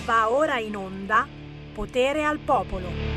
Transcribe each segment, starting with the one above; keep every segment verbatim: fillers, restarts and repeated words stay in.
Va ora in onda Potere al Popolo.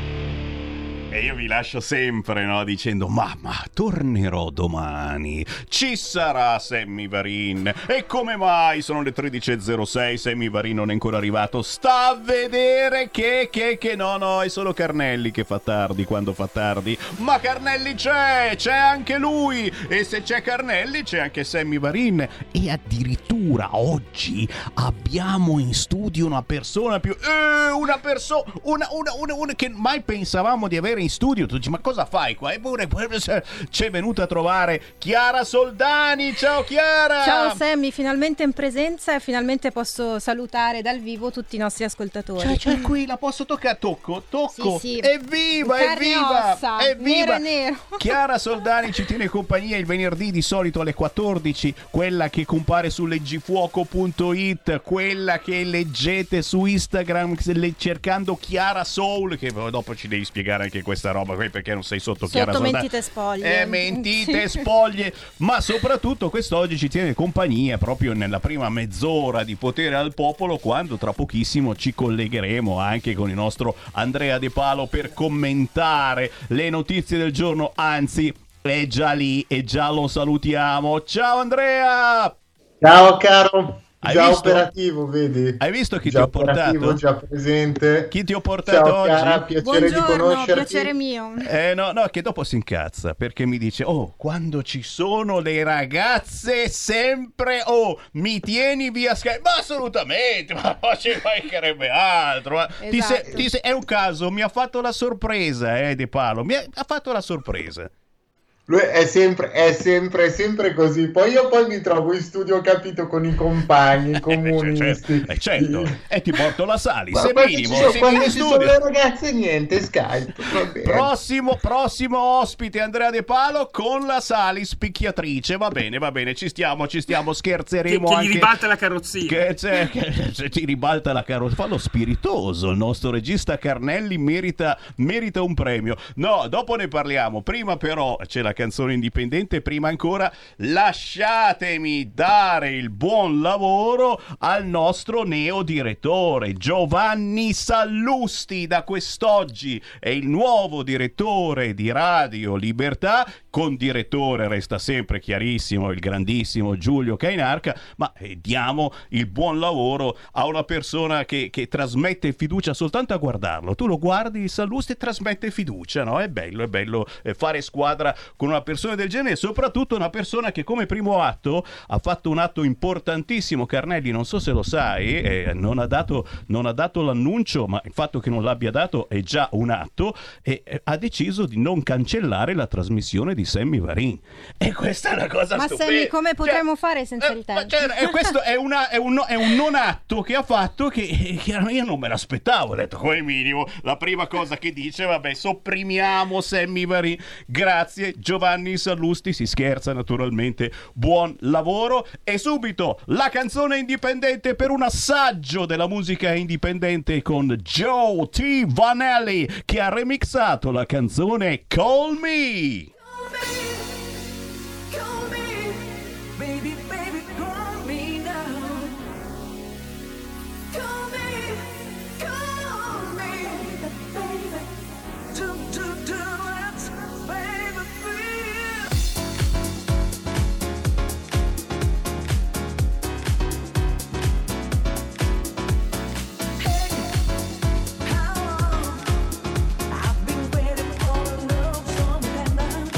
E io vi lascio sempre, no, dicendo mamma, tornerò domani, ci sarà Sammy Varin. E come mai sono le tredici e zero sei, Sammy Varin non è ancora arrivato? Sta a vedere che, che, che no, no, è solo Carnelli che fa tardi quando fa tardi. Ma Carnelli c'è, c'è anche lui. E se c'è Carnelli c'è anche Sammy Varin. E addirittura oggi abbiamo in studio una persona più... Eh, una persona, una, una, una, una che mai pensavamo di avere in studio. Tu dici, ma cosa fai qua? Eppure ci è venuta a trovare Chiara Soldani. Ciao Chiara! Ciao Sammy, finalmente in presenza e finalmente posso salutare dal vivo tutti i nostri ascoltatori. Cioè, cioè qui la posso toccare? Tocco, tocco. Sì, sì. Evviva, Carne evviva, ossa, evviva. nero e nero. Chiara Soldani ci tiene compagnia il venerdì di solito alle quattordici, quella che compare su leggifuoco punto it, quella che leggete su Instagram cercando Chiara Soul, che dopo ci devi spiegare anche questa roba qui perché non sei sotto, sotto Chiara Soldani. mentite spoglie. Eh, mentite spoglie. Ma soprattutto quest'oggi ci tiene compagnia proprio nella prima mezz'ora di Potere al Popolo, quando tra pochissimo ci collegheremo anche con il nostro Andrea De Palo per commentare le notizie del giorno. Anzi, è già lì e già lo salutiamo. Ciao Andrea! Ciao caro! Hai già visto? Operativo, vedi? Hai visto chi già ti ho portato? Già presente. Chi ti ho portato Ciao, oggi? Chiara, piacere Buongiorno, di conoscerti. piacere mio. Eh no, no, che dopo si incazza perché mi dice: oh, quando ci sono le ragazze sempre, oh, mi tieni via Skype. Ma assolutamente, ma ci mancherebbe altro. Ma Esatto. ti se, ti se, è un caso, mi ha fatto la sorpresa, eh, De Palo, mi ha, ha fatto la sorpresa. Lui è sempre, è sempre, è sempre così. Poi io poi mi trovo in studio, capito, con i compagni, i comunisti. Eh, certo, e ti porto la Sali, Ma se quando minimo, ci sono, se quando vieni in ci sono studio. le ragazze, niente, Skype. Va bene. Prossimo, prossimo ospite Andrea De Palo con la Sali spicchiatrice. Va bene, va bene, ci stiamo, ci stiamo, scherzeremo che, che anche. gli ribalta la carrozzina. Che, cioè, che, cioè, ti ribalta la carrozzina. Fallo spiritoso, il nostro regista Carnelli merita, merita un premio. No, dopo ne parliamo. Prima però c'è la canzone indipendente. Prima ancora lasciatemi dare il buon lavoro al nostro neodirettore Giovanni Sallusti. Da quest'oggi è il nuovo direttore di Radio Libertà. Con direttore resta sempre chiarissimo il grandissimo Giulio Cainarca, ma eh, diamo il buon lavoro a una persona che, che trasmette fiducia soltanto a guardarlo. Tu lo guardi, Sallusti, e trasmette fiducia, no? È bello, è bello eh, fare squadra con una persona del genere, e soprattutto una persona che come primo atto ha fatto un atto importantissimo. Carnelli, non so se lo sai, eh, non ha dato, non ha dato l'annuncio, ma il fatto che non l'abbia dato è già un atto, e eh, ha deciso di non cancellare la trasmissione di Sammy Varin. E questa è una cosa Ma stupenda. Sammy, come potremmo cioè, fare senza eh, di te? Cioè, eh, questo è, una, è, un, è un non atto che ha fatto che, eh, che io non me l'aspettavo. Ho detto, come minimo, la prima cosa che dice, vabbè, sopprimiamo Sammy Varin. Grazie Giovanni Sallusti, si scherza naturalmente, buon lavoro. E subito la canzone indipendente per un assaggio della musica indipendente con Joe T. Vanelli, che ha remixato la canzone Call Me. Call me, baby, baby, call me now. Call me, call me, baby. Do, do, do it, baby, please. Hey, how long I've been waiting for a love song tender.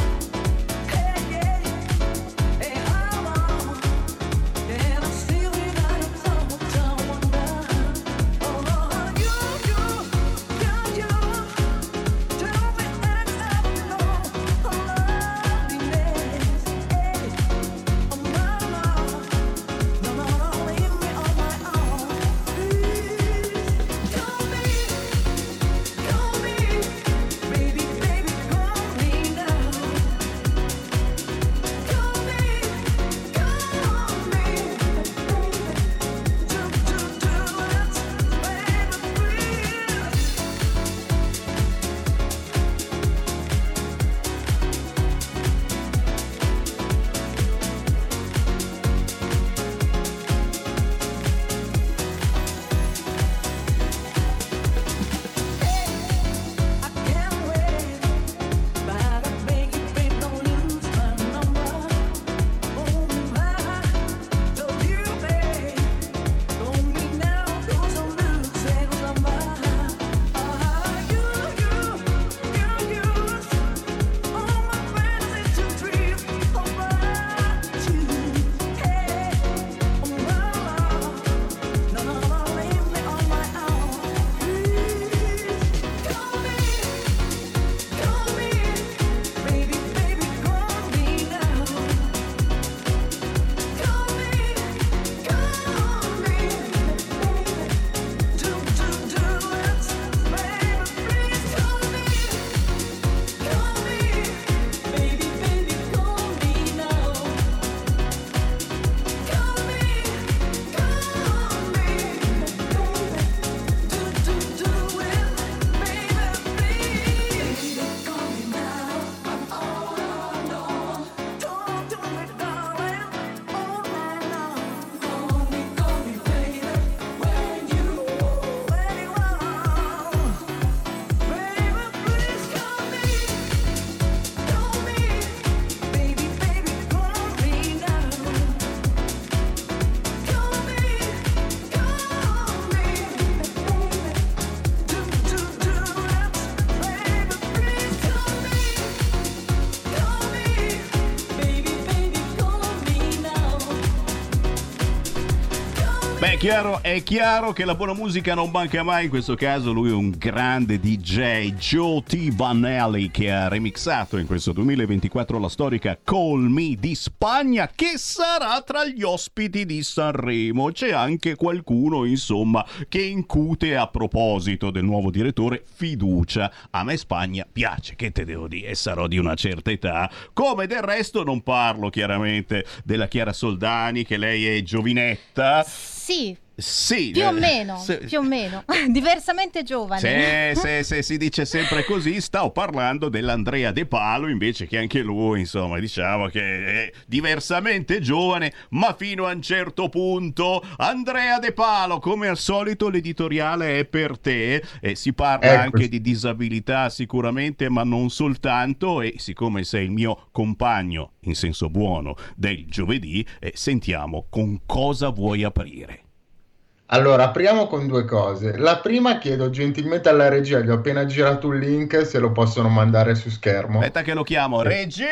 È chiaro, è chiaro che la buona musica non manca mai, in questo caso lui è un grande D J, Joe T. Vanelli, che ha remixato in questo duemilaventiquattro la storica Call Me di Spagna, che sarà tra gli ospiti di Sanremo. C'è anche qualcuno, insomma, che incute, a proposito del nuovo direttore, fiducia. A me Spagna piace, che te devo dire, e sarò di una certa età, come del resto non parlo chiaramente della Chiara Soldani, che lei è giovinetta. Sì. Sì, Più o eh, meno, se, più o meno, diversamente giovane. Se, se, se si dice sempre così, stavo parlando dell'Andrea De Palo, invece, che anche lui, insomma, diciamo che è diversamente giovane, ma fino a un certo punto. Andrea De Palo, come al solito l'editoriale è per te, e si parla ecco. anche di disabilità sicuramente, ma non soltanto, e siccome sei il mio compagno, in senso buono, del giovedì, eh, sentiamo con cosa vuoi aprire. Allora, apriamo con due cose. La prima, chiedo gentilmente alla regia, gli ho appena girato un link, se lo possono mandare su schermo. Aspetta che lo chiamo. Regia!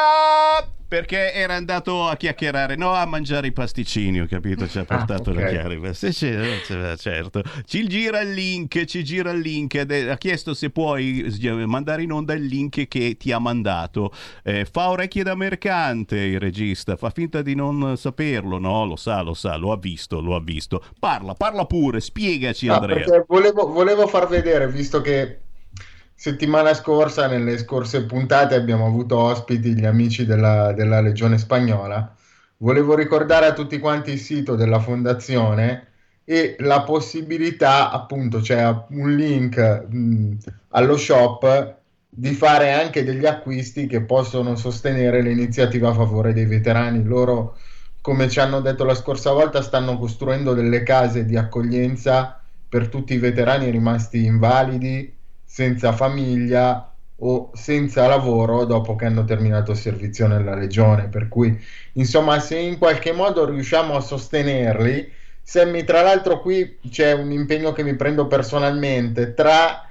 Perché era andato a chiacchierare, no, a mangiare i pasticcini, ho capito, ci ha portato ah, okay. da chiaro. Sì, sì, certo. Ci gira il link, ci gira il link, ha chiesto se puoi mandare in onda il link che ti ha mandato. Eh, fa orecchie da mercante il regista, fa finta di non saperlo, no, lo sa, lo sa, lo ha visto, lo ha visto. Parla, parla pure, spiegaci, Ah, Andrea. perché volevo, volevo far vedere, visto che settimana scorsa, nelle scorse puntate, abbiamo avuto ospiti gli amici della, della Legione Spagnola. Volevo ricordare a tutti quanti il sito della fondazione e la possibilità, appunto, c'è un link mh, allo shop, di fare anche degli acquisti che possono sostenere l'iniziativa a favore dei veterani. Loro, come ci hanno detto la scorsa volta, stanno costruendo delle case di accoglienza per tutti i veterani rimasti invalidi, senza famiglia o senza lavoro dopo che hanno terminato il servizio nella Legione. Per cui, insomma, se in qualche modo riusciamo a sostenerli, Sammy, tra l'altro qui c'è un impegno che mi prendo personalmente, tra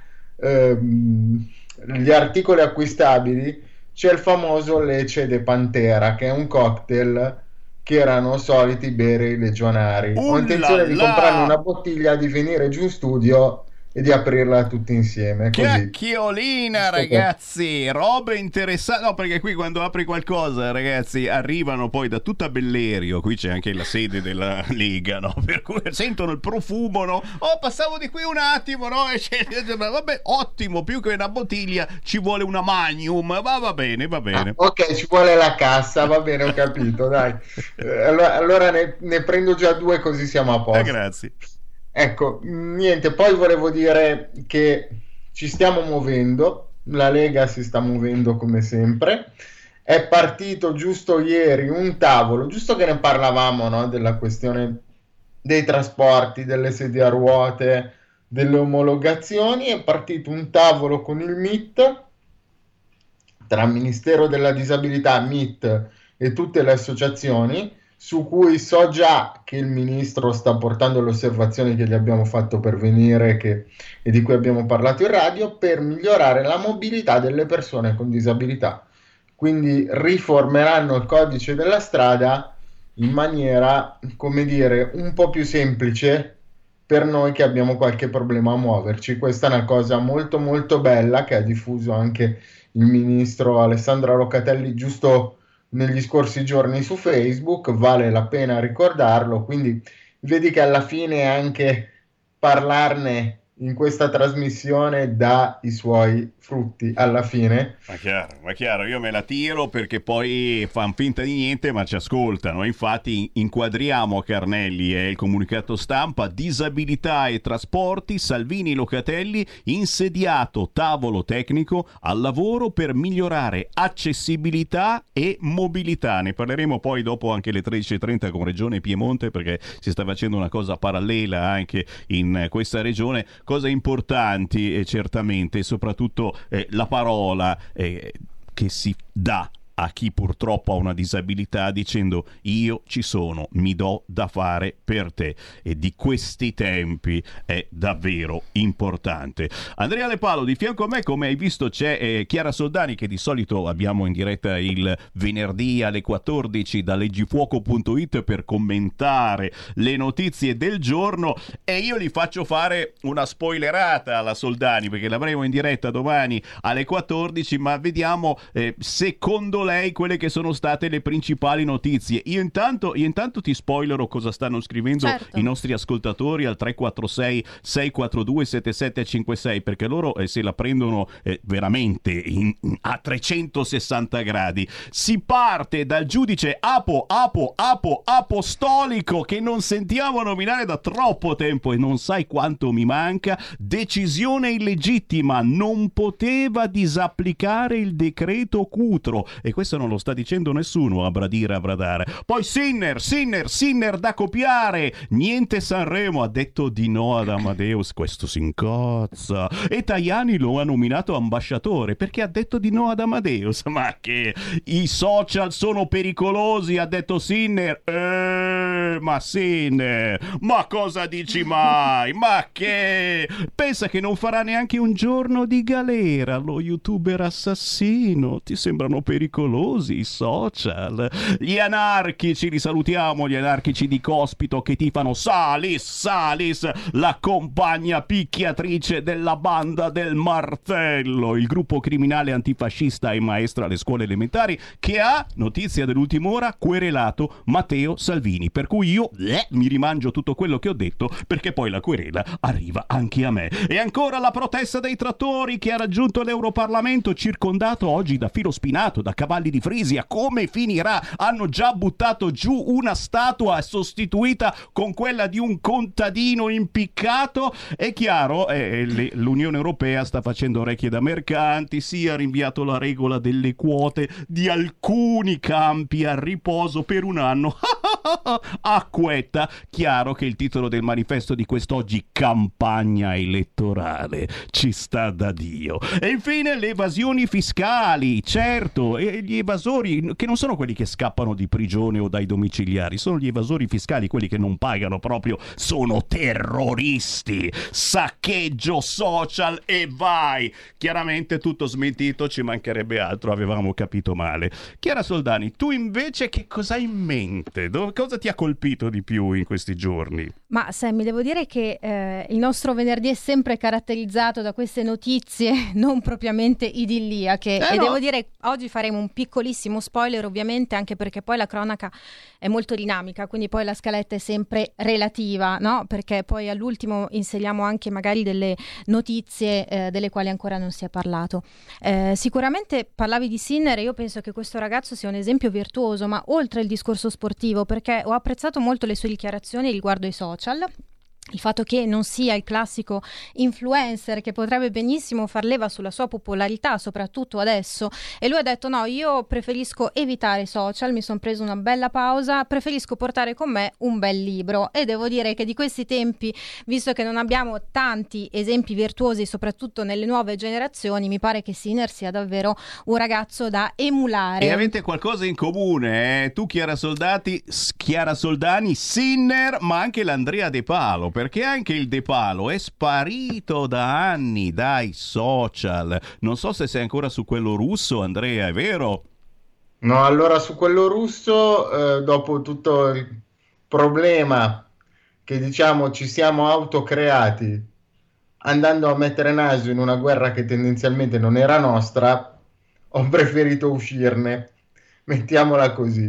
ehm, gli articoli acquistabili c'è il famoso Leche de Pantera, che è un cocktail che erano soliti bere i legionari. Uh Ho intenzione là di là! comprarne una bottiglia, di venire giù in studio e di aprirla tutti insieme, così. Chiacchiolina, ragazzi, robe interessanti. No, perché qui quando apri qualcosa, ragazzi, arrivano poi da tutta Bellerio. Qui c'è anche la sede della Lega, no? Per cui sentono il profumo, no? Oh, passavo di qui un attimo, no? E c'è... Vabbè, ottimo, più che una bottiglia ci vuole una Magnum. Ma va bene, va bene. Ah, ok, ci vuole la cassa, va bene, ho capito, dai. Eh, allora allora ne, ne prendo già due, così siamo a posto. Eh, grazie. Ecco, niente, poi volevo dire che ci stiamo muovendo, la Lega si sta muovendo come sempre. È partito giusto ieri un tavolo, giusto che ne parlavamo, no? Della questione dei trasporti, delle sedie a ruote, delle omologazioni. È partito un tavolo con il M I T, tra Ministero della Disabilità, M I T e tutte le associazioni, su cui so già che il ministro sta portando le osservazioni che gli abbiamo fatto pervenire che, e di cui abbiamo parlato in radio, per migliorare la mobilità delle persone con disabilità. Quindi riformeranno il codice della strada in maniera, come dire, un po' più semplice per noi che abbiamo qualche problema a muoverci. Questa è una cosa molto molto bella che ha diffuso anche il ministro Alessandra Locatelli giusto negli scorsi giorni su Facebook, vale la pena ricordarlo, quindi vedi che alla fine anche parlarne in questa trasmissione dà i suoi frutti alla fine. Ma chiaro, ma chiaro, io me la tiro perché poi fanno finta di niente ma ci ascoltano. Infatti inquadriamo, Carnelli, è il comunicato stampa: disabilità e trasporti, Salvini Locatelli, insediato tavolo tecnico al lavoro per migliorare accessibilità e mobilità. Ne parleremo poi dopo anche alle tredici e trenta con Regione Piemonte, perché si sta facendo una cosa parallela anche in questa regione. Cose importanti, eh, certamente, e soprattutto eh, la parola eh, che si dà a chi purtroppo ha una disabilità dicendo io ci sono, mi do da fare per te, e di questi tempi è davvero importante. Andrea De Palo di fianco a me, come hai visto c'è eh, Chiara Soldani, che di solito abbiamo in diretta il venerdì alle quattordici da leggifuoco punto it per commentare le notizie del giorno, e io gli faccio fare una spoilerata alla Soldani perché l'avremo in diretta domani alle quattordici, ma vediamo eh, secondo lei quelle che sono state le principali notizie. Io intanto, io intanto ti spoilerò cosa stanno scrivendo certo. i nostri ascoltatori al tre quattro sei sei quattro due sette sette cinque sei, perché loro eh, se la prendono eh, veramente in, a trecentosessanta gradi. Si parte dal giudice Apo Apo Apo Apostolico, che non sentiamo nominare da troppo tempo e non sai quanto mi manca. Decisione illegittima, non poteva disapplicare il decreto Cutro, e questo non lo sta dicendo nessuno a bradire a bradare. Poi Sinner Sinner Sinner da copiare, niente Sanremo, ha detto di no ad Amadeus, questo si incozza, e Tajani lo ha nominato ambasciatore perché ha detto di no ad Amadeus. Ma che i social sono pericolosi, ha detto Sinner. Eh, ma Sinner, ma cosa dici mai? Ma che? Pensa che non farà neanche un giorno di galera lo youtuber assassino. Ti sembrano pericolosi i social? Gli anarchici, li salutiamo, gli anarchici di Cospito, che tifano Salis Salis, la compagna picchiatrice della banda del martello, il gruppo criminale antifascista e maestra alle scuole elementari, che ha, notizia dell'ultima ora, querelato Matteo Salvini, per cui io eh, mi rimangio tutto quello che ho detto, perché poi la querela arriva anche a me. E ancora la protesta dei trattori, che ha raggiunto l'Europarlamento, circondato oggi da filo spinato, da cavalli di Frisia. Come finirà? Hanno già buttato giù una statua sostituita con quella di un contadino impiccato. È chiaro, eh, le, l'Unione Europea sta facendo orecchie da mercanti, si è rinviato la regola delle quote di alcuni campi a riposo per un anno. Acquetta. Chiaro che il titolo del manifesto di quest'oggi, campagna elettorale, ci sta da Dio. E infine le evasioni fiscali, certo, e gli evasori che non sono quelli che scappano di prigione o dai domiciliari, sono gli evasori fiscali, quelli che non pagano proprio, sono terroristi. Saccheggio social e vai. Chiaramente tutto smentito, ci mancherebbe altro, avevamo capito male. Chiara Soldani, tu invece che cosa hai in mente? Dove, cosa ti ha colpito di più in questi giorni? Ma Sammy, devo dire che eh, il nostro venerdì è sempre caratterizzato da queste notizie non propriamente idilliache, eh e no. devo dire oggi faremo un piccolissimo spoiler, ovviamente, anche perché poi la cronaca è molto dinamica, quindi poi la scaletta è sempre relativa, no? Perché poi all'ultimo inseriamo anche magari delle notizie eh, delle quali ancora non si è parlato. Eh, sicuramente parlavi di Sinner, e io penso che questo ragazzo sia un esempio virtuoso, ma oltre il discorso sportivo, perché ho apprezzato molto le sue dichiarazioni riguardo ai social. Il fatto che non sia il classico influencer che potrebbe benissimo far leva sulla sua popolarità, soprattutto adesso, e lui ha detto no, io preferisco evitare i social, mi sono preso una bella pausa, preferisco portare con me un bel libro. E devo dire che di questi tempi, visto che non abbiamo tanti esempi virtuosi soprattutto nelle nuove generazioni, mi pare che Sinner sia davvero un ragazzo da emulare. E avete qualcosa in comune, eh? Tu Chiara Soldati, Chiara Soldani, Sinner, ma anche l'Andrea De Palo, perché anche il De Palo è sparito da anni dai social. Non so se sei ancora su quello russo, Andrea, è vero? No, allora su quello russo, eh, dopo tutto il problema che diciamo ci siamo autocreati andando a mettere naso in una guerra che tendenzialmente non era nostra, ho preferito uscirne, mettiamola così.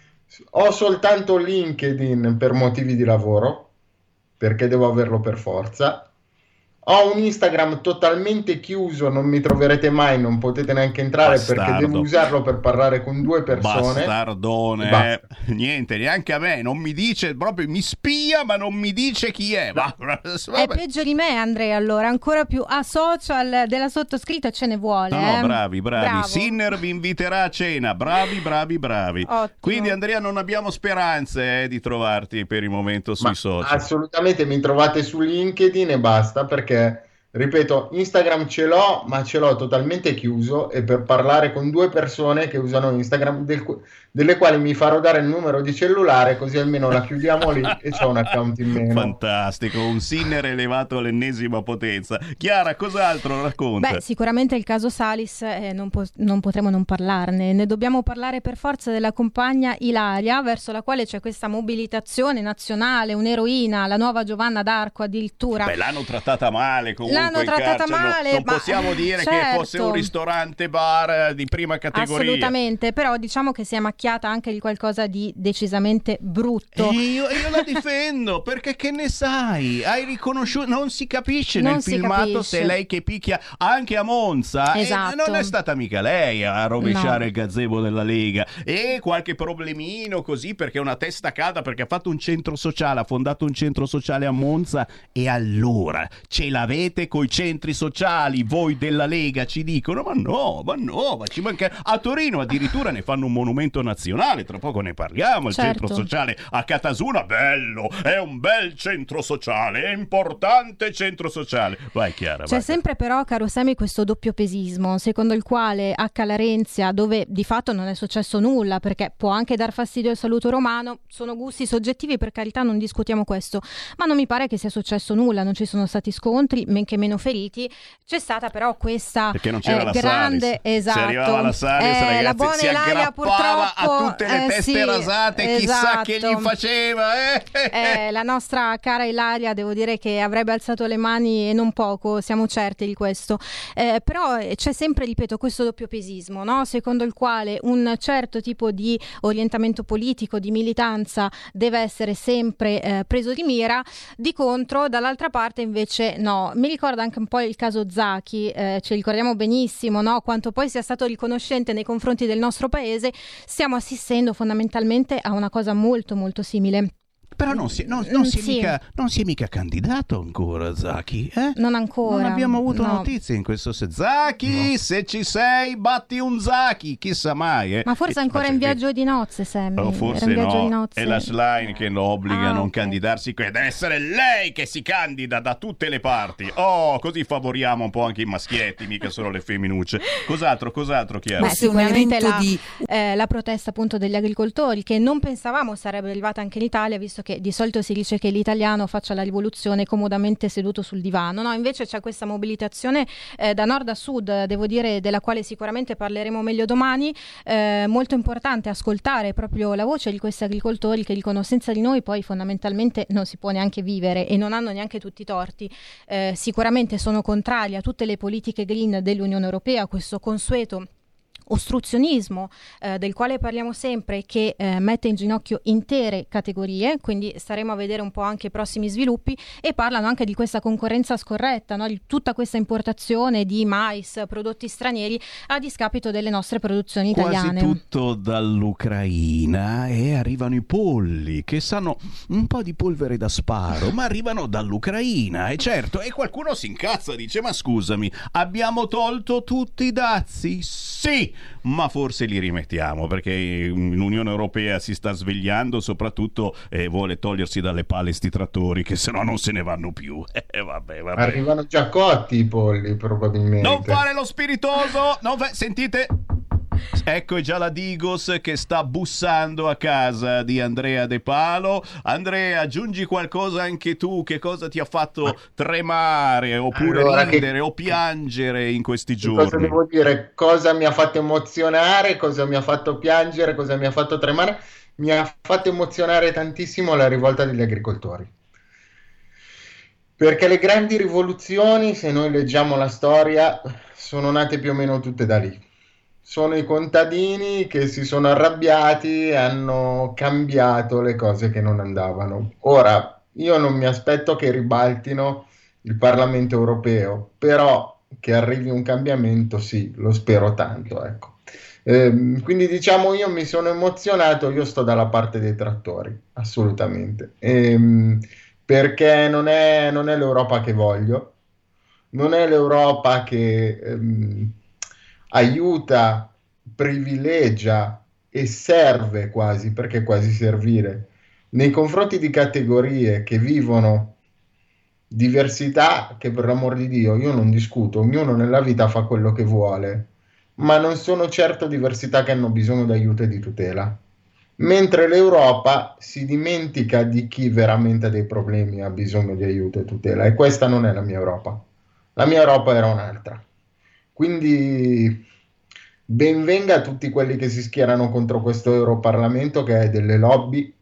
Ho soltanto LinkedIn per motivi di lavoro, perché devo averlo per forza. Ho un Instagram totalmente chiuso, non mi troverete mai, non potete neanche entrare. Bastardo. Perché devo usarlo per parlare con due persone. Bastardone, eh. Niente, neanche a me, non mi dice, proprio mi spia ma non mi dice chi è. Va. È peggio di me, Andrea, allora, ancora più a social della sottoscritta ce ne vuole. No, no, eh. bravi, bravi. Bravo. Sinner vi inviterà a cena, bravi, bravi, bravi. Ottimo. Quindi Andrea, non abbiamo speranze eh, di trovarti per il momento sui Ma social. assolutamente, mi trovate su LinkedIn e basta, perché Ripeto, Instagram ce l'ho, ma ce l'ho totalmente chiuso e per parlare con due persone che usano Instagram, del cu- delle quali mi farò dare il numero di cellulare, così almeno la chiudiamo lì e c'ho un account in meno. Fantastico, un Sinner elevato all'ennesima potenza. Chiara, cos'altro racconta? Beh, sicuramente il caso Salis eh, non, po- non potremo non parlarne, ne dobbiamo parlare per forza della compagna Ilaria, verso la quale c'è questa mobilitazione nazionale, un'eroina, la nuova Giovanna d'Arco addirittura. Beh, l'hanno trattata male comunque. L'hanno in trattata carcere. male, Non, non ma- possiamo dire certo. che fosse un ristorante bar di prima categoria. Assolutamente, però diciamo che si è macchiata anche di qualcosa di decisamente brutto. E io, io la difendo perché che ne sai? Hai riconosciuto? Non si capisce Non nel si filmato capisce. se è lei che picchia anche a Monza. Esatto. E non è stata mica lei a rovesciare No. il gazebo della Lega. E qualche problemino così perché è una testa calda, perché ha fatto un centro sociale, ha fondato un centro sociale a Monza. E allora ce l'avete coi centri sociali, voi della Lega ci dicono ma no, ma no, ma ci manca. A Torino addirittura ne fanno un monumento nazionale, tra poco ne parliamo, il Certo. centro sociale a Catasuna, bello, è un bel centro sociale, è importante centro sociale. Vai Chiara, C'è vai. sempre però, caro Semi, questo doppio pesismo, secondo il quale a Calarenzia, dove di fatto non è successo nulla, perché può anche dar fastidio al saluto romano, sono gusti soggettivi, per carità, non discutiamo questo, ma non mi pare che sia successo nulla, non ci sono stati scontri, men che meno feriti. C'è stata però questa Perché non c'era eh, la grande, Salis. esatto, Se arrivava la Salis, Eh, ragazzi, la buona si Ilaria aggrappava purtroppo a tutte le eh, teste sì, rasate, chissà che esatto. gli faceva. Eh? Eh, la nostra cara Ilaria, devo dire che avrebbe alzato le mani e non poco, siamo certi di questo. Eh, però eh, c'è sempre, ripeto, questo doppio pesismo, no? Secondo il quale un certo tipo di orientamento politico, di militanza deve essere sempre eh, preso di mira, di contro dall'altra parte invece no. Mi ricorda anche un po' il caso Zaki, eh, ci ricordiamo benissimo, no? Quanto poi sia stato riconoscente nei confronti del nostro paese. Stiamo assistendo fondamentalmente a una cosa molto molto simile. Però non si, non, non, si è Sì. mica, non si è mica candidato ancora Zaki, eh? Non ancora. Non abbiamo avuto no. notizie in questo senso. Zaki, se ci sei, batti un Zaki, chissà mai. Eh. Ma forse Che è ci ancora faccia in credere. viaggio di nozze, Sammy. O Era forse in viaggio no, di nozze. è la Schlein che lo obbliga Ah, a non ok. candidarsi. que- Deve essere lei che si candida da tutte le parti. Oh, così favoriamo un po' anche i maschietti, mica solo le femminucce. Cos'altro, cos'altro, Chiara? Beh, Questo è un sicuramente evento la, di- eh, la protesta appunto degli agricoltori, che non pensavamo sarebbe arrivata anche in Italia, visto che di solito si dice che l'italiano faccia la rivoluzione comodamente seduto sul divano, no? Invece c'è questa mobilitazione eh, da nord a sud, devo dire, della quale sicuramente parleremo meglio domani. Eh, molto importante ascoltare proprio la voce di questi agricoltori che dicono: senza di noi poi fondamentalmente non si può neanche vivere, e non hanno neanche tutti i torti. Eh, sicuramente sono contrari a tutte le politiche green dell'Unione Europea, questo consueto ostruzionismo eh, del quale parliamo sempre, che eh, mette in ginocchio intere categorie, quindi staremo a vedere un po' anche i prossimi sviluppi, e parlano anche di questa concorrenza scorretta, no? Di tutta questa importazione di mais, prodotti stranieri a discapito delle nostre produzioni italiane. Quasi tutto dall'Ucraina, e arrivano i polli che sanno un po' di polvere da sparo, ma arrivano dall'Ucraina, e certo, e qualcuno si incazza, dice: ma scusami, abbiamo tolto tutti i dazi? Sì, ma forse li rimettiamo, perché l'Unione Europea si sta svegliando, soprattutto eh, vuole togliersi dalle palle sti trattori, che sennò non se ne vanno più. Eh, vabbè, vabbè. Arrivano già cotti i polli, probabilmente. Non fare lo spiritoso, non fa- sentite? Ecco, è già la Digos che sta bussando a casa di Andrea De Palo. Andrea, aggiungi qualcosa anche tu. Che cosa ti ha fatto tremare, oppure Allora, ridere che- o piangere in questi Che cosa giorni? devo dire? Cosa mi ha fatto emozionare? Cosa mi ha fatto piangere? Cosa mi ha fatto tremare? Mi ha fatto emozionare tantissimo la rivolta degli agricoltori. Perché le grandi rivoluzioni, se noi leggiamo la storia, sono nate più o meno tutte da lì. Sono i contadini che si sono arrabbiati e hanno cambiato le cose che non andavano. Ora, io non mi aspetto che ribaltino il Parlamento europeo, però che arrivi un cambiamento, sì, lo spero tanto, ecco. Ehm, quindi diciamo, io mi sono emozionato, io sto dalla parte dei trattori, assolutamente. Ehm, perché non è, non è l'Europa che voglio, non è l'Europa che ehm, aiuta, privilegia e serve quasi, perché quasi servire, nei confronti di categorie che vivono diversità che, per l'amor di Dio, io non discuto, ognuno nella vita fa quello che vuole, ma non sono certo diversità che hanno bisogno di aiuto e di tutela. Mentre l'Europa si dimentica di chi veramente ha dei problemi, ha bisogno di aiuto e tutela, e questa non è la mia Europa. La mia Europa era un'altra. Quindi benvenga a tutti quelli che si schierano contro questo Europarlamento, che è delle lobby,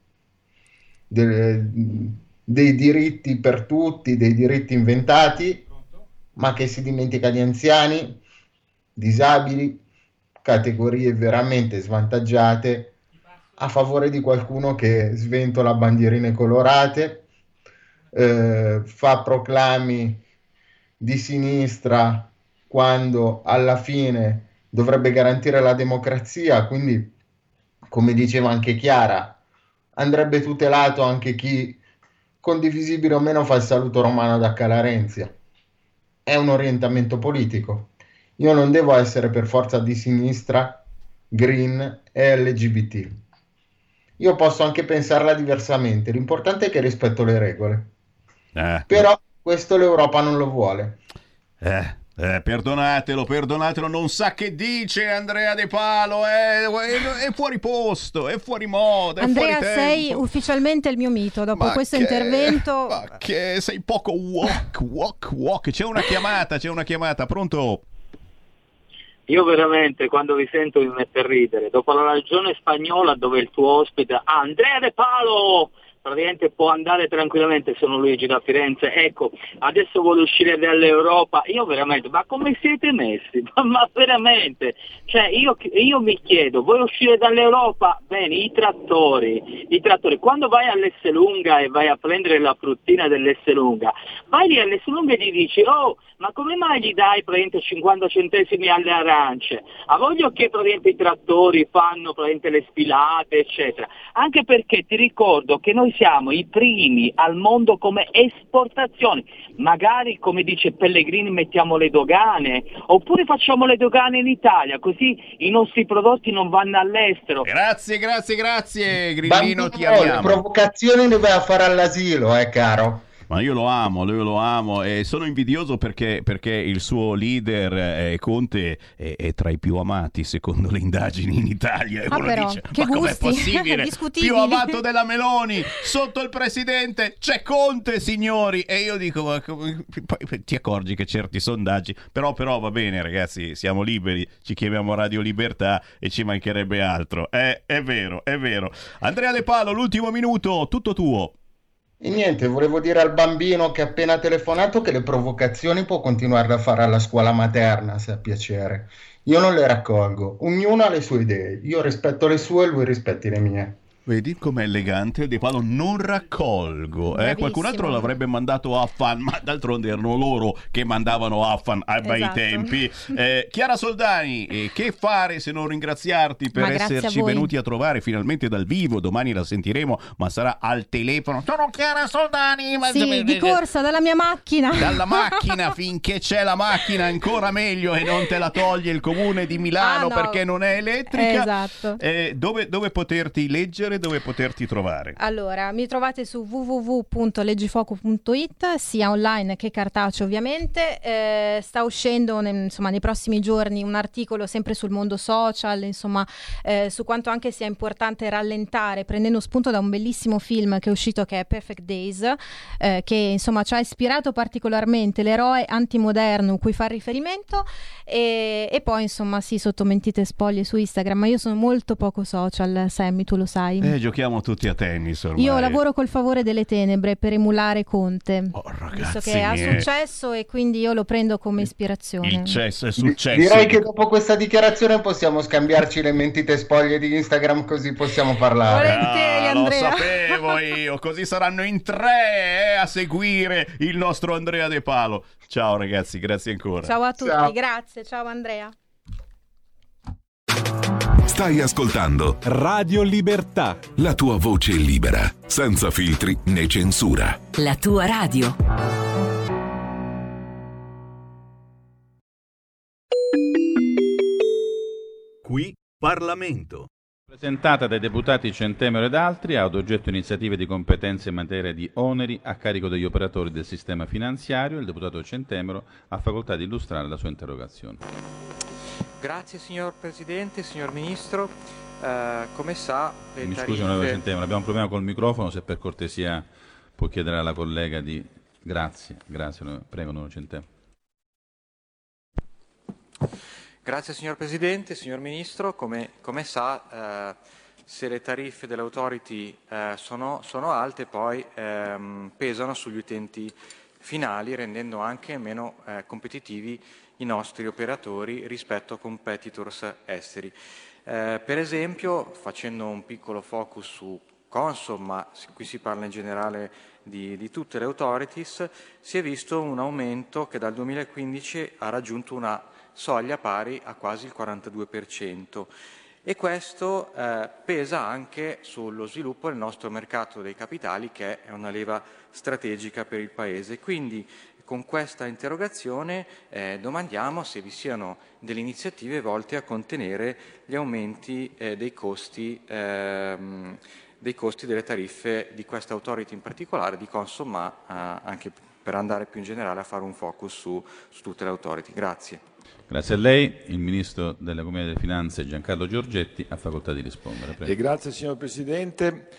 delle, dei diritti per tutti, dei diritti inventati, ma che si dimentica di anziani, disabili, categorie veramente svantaggiate, a favore di qualcuno che sventola bandierine colorate, eh, fa proclami di sinistra quando alla fine dovrebbe garantire la democrazia. Quindi, come diceva anche Chiara, andrebbe tutelato anche chi, condivisibile o meno, fa il saluto romano ad Accalarenzia. È un orientamento politico. Io non devo essere per forza di sinistra, green e L G B T. Io posso anche pensarla diversamente, l'importante è che rispetto le regole. Eh. Però questo l'Europa non lo vuole. Eh. Eh, perdonatelo, perdonatelo, non sa che dice Andrea De Palo, è, è, è fuori posto, è fuori moda, è Andrea, fuori sei tempo. ufficialmente il mio mito dopo Ma questo che, intervento. Ma che sei poco walk, walk, walk. C'è una chiamata, c'è una chiamata, pronto? Io veramente, quando vi sento, mi metto a ridere. Dopo la ragione spagnola, dove il tuo ospite, Andrea De Palo, praticamente può andare tranquillamente, sono Luigi da Firenze, ecco, adesso vuole uscire dall'Europa, io veramente, ma come siete messi? Ma, ma veramente, cioè io, io mi chiedo, vuoi uscire dall'Europa? Bene, i trattori, i trattori, quando vai all'Esselunga e vai a prendere la fruttina dell'Esselunga, vai lì all'Esselunga e gli dici, oh, ma come mai gli dai praticamente cinquanta centesimi alle arance? A voglio che praticamente i trattori fanno praticamente le sfilate, eccetera, anche perché ti ricordo che noi siamo i primi al mondo come esportazioni, magari come dice Pellegrini mettiamo le dogane, oppure facciamo le dogane in Italia, così i nostri prodotti non vanno all'estero. Grazie, grazie, grazie, Grillino, Bambino, ti amiamo. le provocazioni le vai a fare all'asilo, eh caro. Ma io lo amo, io lo amo e sono invidioso perché, perché il suo leader eh, Conte è, è tra i più amati secondo le indagini in Italia. E Ah, uno però, dice, che ma com'è gusti possibile? discutibili. Più amato della Meloni, sotto il presidente c'è Conte, signori. E io dico, ma come- poi ti accorgi che certi sondaggi, però, però va bene ragazzi, siamo liberi, ci chiamiamo Radio Libertà e ci mancherebbe altro. Eh, è vero, è vero. Andrea De Palo, l'ultimo minuto, tutto tuo. E niente, volevo dire al bambino che ha appena telefonato che le provocazioni può continuare a fare alla scuola materna, se ha piacere. Io non le raccolgo, ognuno ha le sue idee, io rispetto le sue e lui rispetti le mie. Vedi com'è elegante De Palo, non raccolgo. Eh? Bravissimo. Qualcun altro l'avrebbe mandato a fan, ma d'altronde erano loro che mandavano a fan ai bei Esatto. tempi. Eh, Chiara Soldani, eh, che fare se non ringraziarti per Ma grazie a esserci voi. venuti a trovare finalmente dal vivo? Domani la sentiremo, ma sarà al telefono. Sono Chiara Soldani, ma Sì, di corsa dalla mia macchina. dalla macchina, finché c'è la macchina ancora meglio e non te la toglie il comune di Milano Ah, no. perché non è elettrica. Esatto. Eh, dove, dove poterti leggere, dove poterti trovare? Allora, mi trovate su w w w punto leggifuoco punto i t, sia online che cartaceo ovviamente. Eh, sta uscendo ne- insomma, nei prossimi giorni un articolo sempre sul mondo social, insomma, eh, su quanto anche sia importante rallentare, prendendo spunto da un bellissimo film che è uscito che è Perfect Days, eh, che insomma ci ha ispirato particolarmente, l'eroe antimoderno cui fa riferimento, e, e poi insomma sì, sotto Mentite Spoglie su Instagram, ma io sono molto poco social, Sammy, tu lo sai. Eh, giochiamo tutti a tennis ormai. Io lavoro col favore delle tenebre per emulare Conte, Oh, ragazzi visto che ha miei. successo, e quindi io lo prendo come ispirazione. Il cesso è Di- successo. Direi che dopo questa dichiarazione possiamo scambiarci le mentite spoglie di Instagram, così possiamo parlare. Volentieri, Ah, lo Andrea. sapevo io, così saranno in tre eh, a seguire il nostro Andrea De Palo. Ciao ragazzi, grazie ancora. Ciao a tutti, Ciao. grazie, ciao Andrea. Stai ascoltando Radio Libertà. la tua voce libera, senza filtri né censura. La tua radio. Qui Parlamento. Presentata dai deputati Centemero ed altri, ha ad oggetto iniziative di competenze in materia di oneri a carico degli operatori del sistema finanziario. Il deputato Centemero ha facoltà di illustrare la sua interrogazione. Grazie signor Presidente, signor Ministro. Eh, come sa, le Mi tariffe... scusi onorevole Centemero, abbiamo un problema col microfono, se per cortesia può chiedere alla collega di... Grazie, grazie, prego onorevole Centemero. Grazie signor Presidente, signor Ministro. Come, come sa, eh, se le tariffe dell'Authority eh, sono, sono alte, poi ehm, pesano sugli utenti finali, rendendo anche meno eh, competitivi i nostri operatori rispetto a competitors esteri. Eh, per esempio, facendo un piccolo focus su Consob, ma qui si parla in generale di, di tutte le authorities, si è visto un aumento che dal duemilaquindici ha raggiunto una soglia pari a quasi il quarantadue per cento, e questo eh, pesa anche sullo sviluppo del nostro mercato dei capitali, che è una leva strategica per il Paese. Quindi con questa interrogazione eh, domandiamo se vi siano delle iniziative volte a contenere gli aumenti eh, dei costi ehm, dei costi delle tariffe di questa authority in particolare, di Consob, ma eh, anche per andare più in generale a fare un focus su, su tutte le authority. Grazie. Grazie a lei. Il Ministro dell'Economia e delle Finanze Giancarlo Giorgetti ha facoltà di rispondere. E grazie signor Presidente.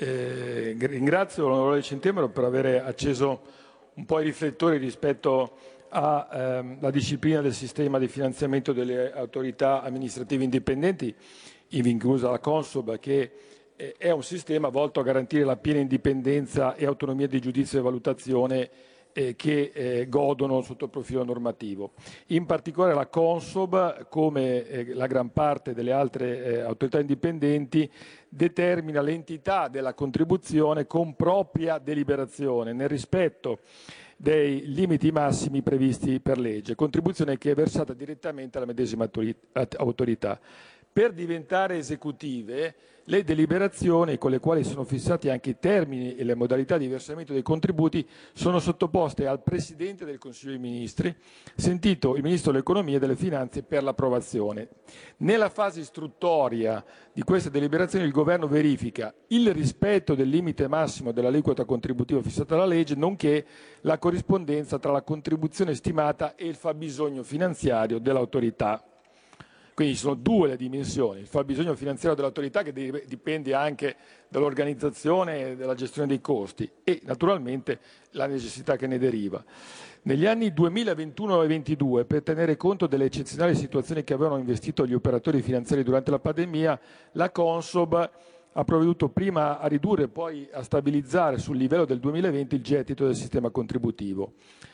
Eh, ringrazio l'onorevole Centemero per aver acceso un po' i riflettori rispetto alla ehm, disciplina del sistema di finanziamento delle autorità amministrative indipendenti, ivi inclusa la Consob, che eh, è un sistema volto a garantire la piena indipendenza e autonomia di giudizio e valutazione eh, che eh, godono sotto il profilo normativo. In particolare la Consob, come eh, la gran parte delle altre eh, autorità indipendenti, determina l'entità della contribuzione con propria deliberazione, nel rispetto dei limiti massimi previsti per legge, contribuzione che è versata direttamente alla medesima autorità. Per diventare esecutive, le deliberazioni con le quali sono fissati anche i termini e le modalità di versamento dei contributi sono sottoposte al Presidente del Consiglio dei Ministri, sentito il Ministro dell'Economia e delle Finanze per l'approvazione. Nella fase istruttoria di queste deliberazioni il Governo verifica il rispetto del limite massimo dell'aliquota contributiva fissata dalla legge, nonché la corrispondenza tra la contribuzione stimata e il fabbisogno finanziario dell'autorità. Quindi sono due le dimensioni, il fabbisogno finanziario dell'autorità, che dipende anche dall'organizzazione e dalla gestione dei costi, e naturalmente la necessità che ne deriva. Negli anni duemilaventuno e duemilaventidue, per tenere conto delle eccezionali situazioni che avevano investito gli operatori finanziari durante la pandemia, la Consob ha provveduto prima a ridurre e poi a stabilizzare sul livello del duemilaventi il gettito del sistema contributivo.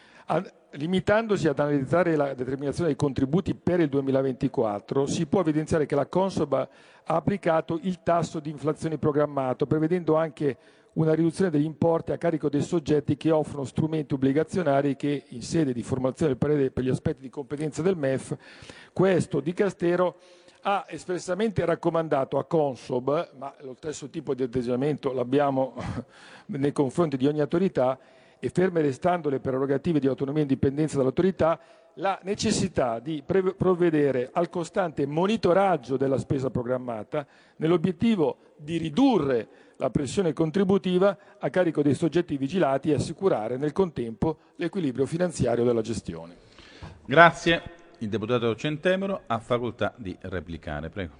Limitandosi ad analizzare la determinazione dei contributi per il duemilaventiquattro, si può evidenziare che la Consob ha applicato il tasso di inflazione programmato, prevedendo anche una riduzione degli importi a carico dei soggetti che offrono strumenti obbligazionari che, in sede di formazione del parere per gli aspetti di competenza del M E F, questo Dicastero ha espressamente raccomandato a Consob, ma lo stesso tipo di atteggiamento l'abbiamo nei confronti di ogni autorità, e ferme restando le prerogative di autonomia e indipendenza dell'autorità, la necessità di provvedere al costante monitoraggio della spesa programmata nell'obiettivo di ridurre la pressione contributiva a carico dei soggetti vigilati e assicurare nel contempo l'equilibrio finanziario della gestione. Grazie. Il deputato Centemero ha facoltà di replicare. Prego.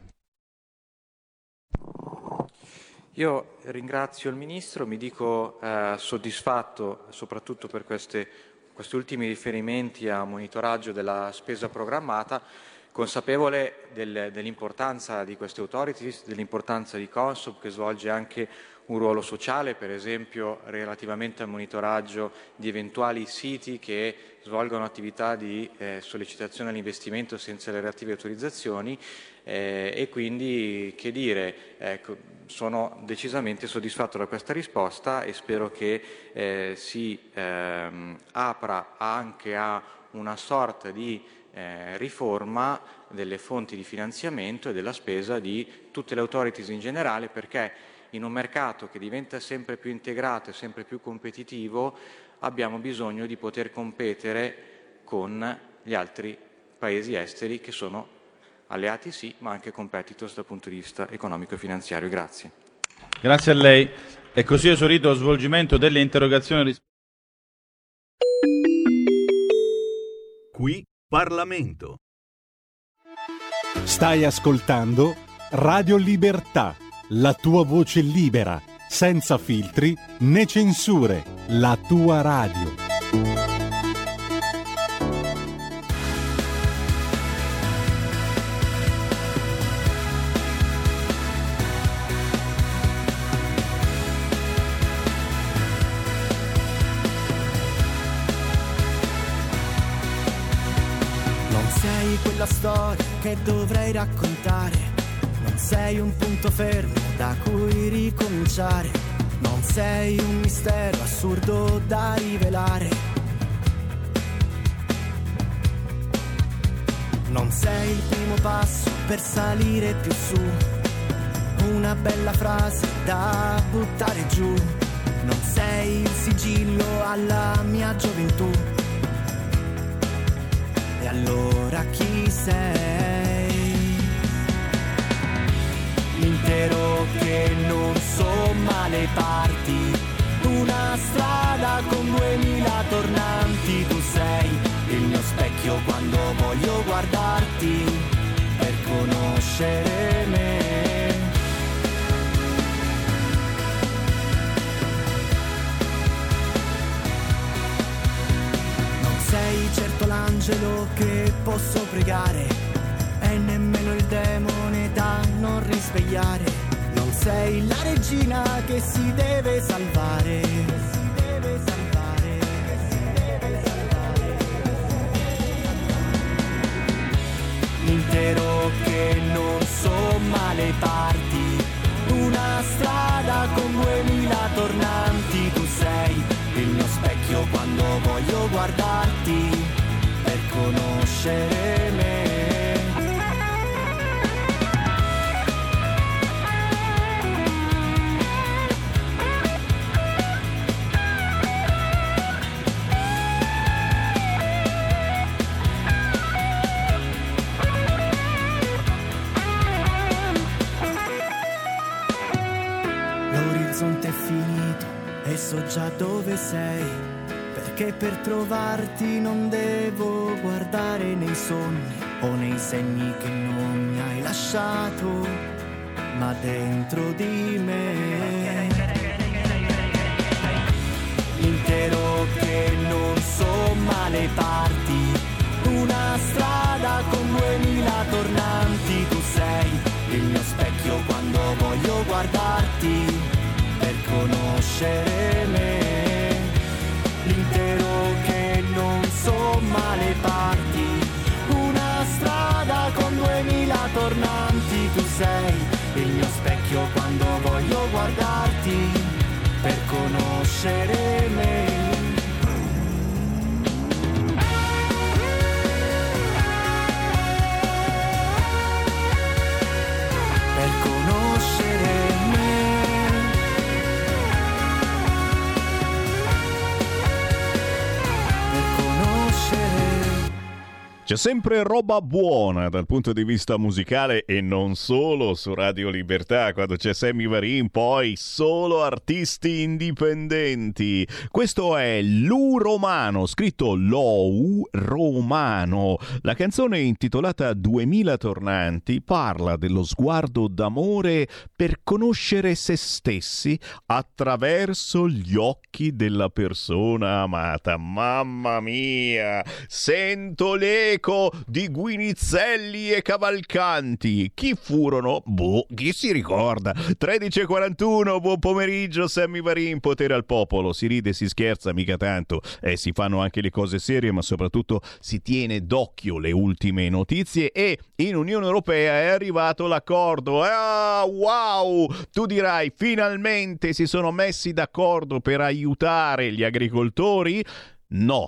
Io ringrazio il Ministro, mi dico eh, soddisfatto soprattutto per queste, questi ultimi riferimenti a monitoraggio della spesa programmata, consapevole del, dell'importanza di queste authorities, dell'importanza di Consob, che svolge anche un ruolo sociale, per esempio relativamente al monitoraggio di eventuali siti che svolgono attività di eh, sollecitazione all'investimento senza le relative autorizzazioni, eh, e quindi, che dire, ecco, sono decisamente soddisfatto da questa risposta e spero che eh, si ehm, apra anche a una sorta di eh, riforma delle fonti di finanziamento e della spesa di tutte le authorities in generale, perché in un mercato che diventa sempre più integrato e sempre più competitivo abbiamo bisogno di poter competere con gli altri paesi esteri che sono alleati sì, ma anche competitors dal punto di vista economico e finanziario. Grazie. Grazie a lei. E così è esaurito lo svolgimento delle interrogazioni. Qui Parlamento. Stai ascoltando Radio Libertà, la tua voce libera, senza filtri né censure, la tua radio. Non sei quella storia che dovrei raccontare, non sei un punto fermo da cui ricominciare, non sei un mistero assurdo da rivelare, non sei il primo passo per salire più su, una bella frase da buttare giù, non sei il sigillo alla mia gioventù. E allora chi sei? L'intero che non somma le parti, una strada con duemila tornanti. Tu sei il mio specchio quando voglio guardarti per conoscere me. Non sei certo l'angelo che posso pregare, e nemmeno il demone da non risvegliare. Non sei la regina che si deve salvare, che si deve salvare, che si deve salvare. L'intero che non somma le parti, una strada con duemila tornanti. Tu sei il mio specchio quando voglio guardarti per conoscere me. L'orizzonte è finito e so già dove sei, perché per trovarti non devo guardare nei sogni o nei segni che non mi hai lasciato, ma dentro di me. L'intero che non somma le parti, una strada con duemila tornanti. Tu sei il mio specchio quando voglio guardarti per conoscere me. L'intero che non somma le parti, una strada con duemila tornanti. Tu sei il mio specchio quando voglio guardarti per conoscere me. Per conoscere me. Per conoscere. C'è sempre roba buona dal punto di vista musicale e non solo su Radio Libertà. Quando c'è Sammy Varin, poi solo artisti indipendenti. Questo è Lu Romano, scritto Lou Romano. La canzone intitolata duemila tornanti parla dello sguardo d'amore per conoscere se stessi attraverso gli occhi della persona amata. Mamma mia, sento l'eco di Guinizelli e Cavalcanti. Chi furono? Boh, chi si ricorda? tredici e quarantuno, buon pomeriggio, Sammy Varin, potere al popolo. Si ride, si scherza, mica tanto. Eh, si fanno anche le cose serie, ma soprattutto si tiene d'occhio le ultime notizie. E in Unione Europea è arrivato l'accordo. Ah, wow! Tu dirai, finalmente si sono messi d'accordo per aiutare gli agricoltori? No.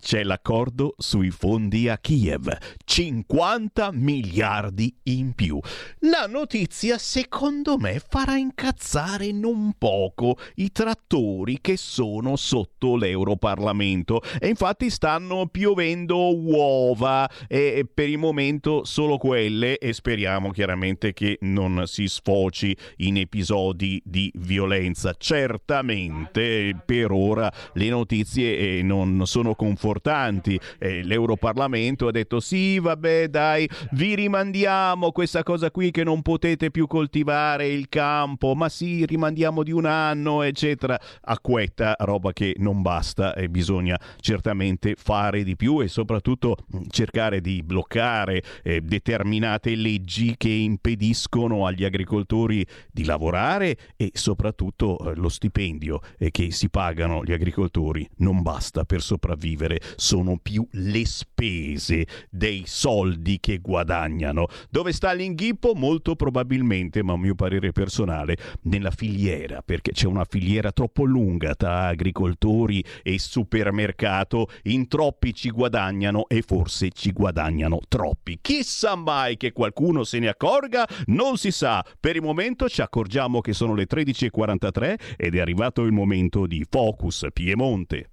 c'è l'accordo sui fondi a Kiev, cinquanta miliardi in più. La notizia secondo me farà incazzare non poco i trattori che sono sotto l'Europarlamento e infatti stanno piovendo uova e per il momento solo quelle e speriamo chiaramente che non si sfoci in episodi di violenza. Certamente per ora le notizie non sono confortanti. Eh, L'Europarlamento ha detto sì, vabbè, dai, vi rimandiamo questa cosa qui che non potete più coltivare il campo, ma sì, rimandiamo di un anno, eccetera. Acquetta, roba che non basta e bisogna certamente fare di più e soprattutto cercare di bloccare eh, determinate leggi che impediscono agli agricoltori di lavorare e soprattutto eh, lo stipendio eh, che si pagano gli agricoltori non basta per sopravvivere. Sono più le spese dei soldi che guadagnano. Dove sta l'inghippo? Molto probabilmente, ma a mio parere personale, nella filiera, perché c'è una filiera troppo lunga tra agricoltori e supermercato. In troppi ci guadagnano e forse ci guadagnano troppi. Chissà mai che qualcuno se ne accorga? Non si sa. Per il momento ci accorgiamo che sono le tredici e quarantatré ed è arrivato il momento di Focus Piemonte.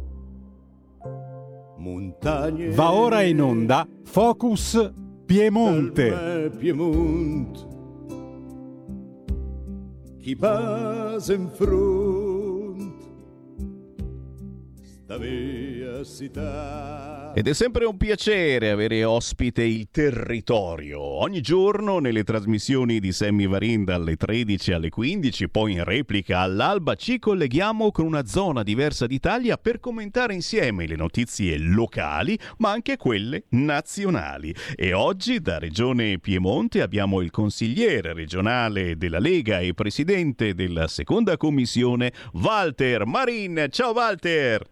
Montagne. Va ora in onda Focus Piemonte. Piemonte. Chi passa in front sta via città. Ed è sempre un piacere avere ospite il territorio. Ogni giorno nelle trasmissioni di Sammy Varin dalle tredici alle quindici, poi in replica all'alba, ci colleghiamo con una zona diversa d'Italia per commentare insieme le notizie locali, ma anche quelle nazionali. E oggi da Regione Piemonte abbiamo il consigliere regionale della Lega e presidente della seconda commissione, Walter Marin. Ciao Walter!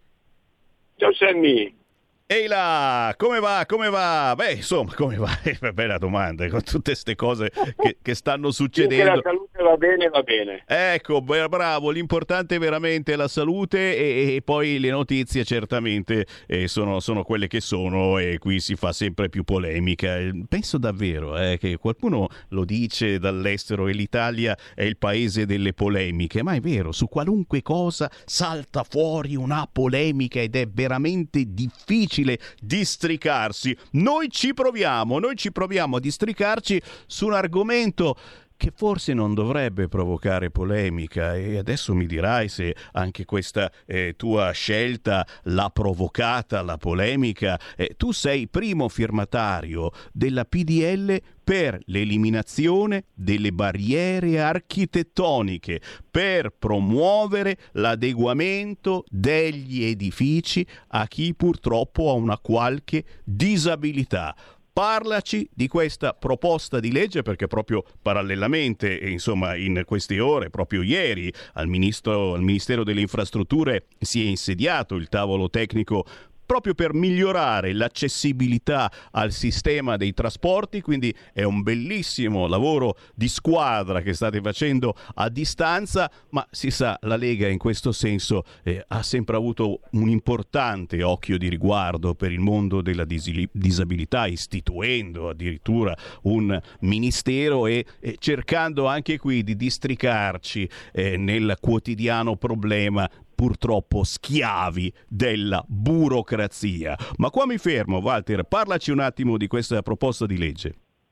Ciao Sammy! Ehi là, come va? Come va? Beh, insomma, come va? Bella domanda, con tutte queste cose che, che stanno succedendo. Finché la salute va bene, va bene. Ecco, bravo, l'importante è veramente la salute e, e poi le notizie certamente eh, sono, sono quelle che sono e qui si fa sempre più polemica. Penso davvero eh, che qualcuno lo dice dall'estero e l'Italia è il paese delle polemiche, ma è vero, su qualunque cosa salta fuori una polemica ed è veramente difficile districarsi. Noi ci proviamo, noi ci proviamo a districarci su un argomento che forse non dovrebbe provocare polemica e adesso mi dirai se anche questa eh, tua scelta l'ha provocata la polemica. Eh, tu sei primo firmatario della P D L per l'eliminazione delle barriere architettoniche, per promuovere l'adeguamento degli edifici a chi purtroppo ha una qualche disabilità. Parlaci di questa proposta di legge perché proprio parallelamente e insomma in queste ore, proprio ieri, al, ministro, al Ministero delle Infrastrutture si è insediato il tavolo tecnico proprio per migliorare l'accessibilità al sistema dei trasporti, quindi è un bellissimo lavoro di squadra che state facendo a distanza, ma si sa, la Lega in questo senso eh, ha sempre avuto un importante occhio di riguardo per il mondo della dis- disabilità, istituendo addirittura un ministero e, e cercando anche qui di districarci eh, nel quotidiano problema purtroppo schiavi della burocrazia. Ma qua mi fermo, Walter, parlaci un attimo di questa proposta di legge.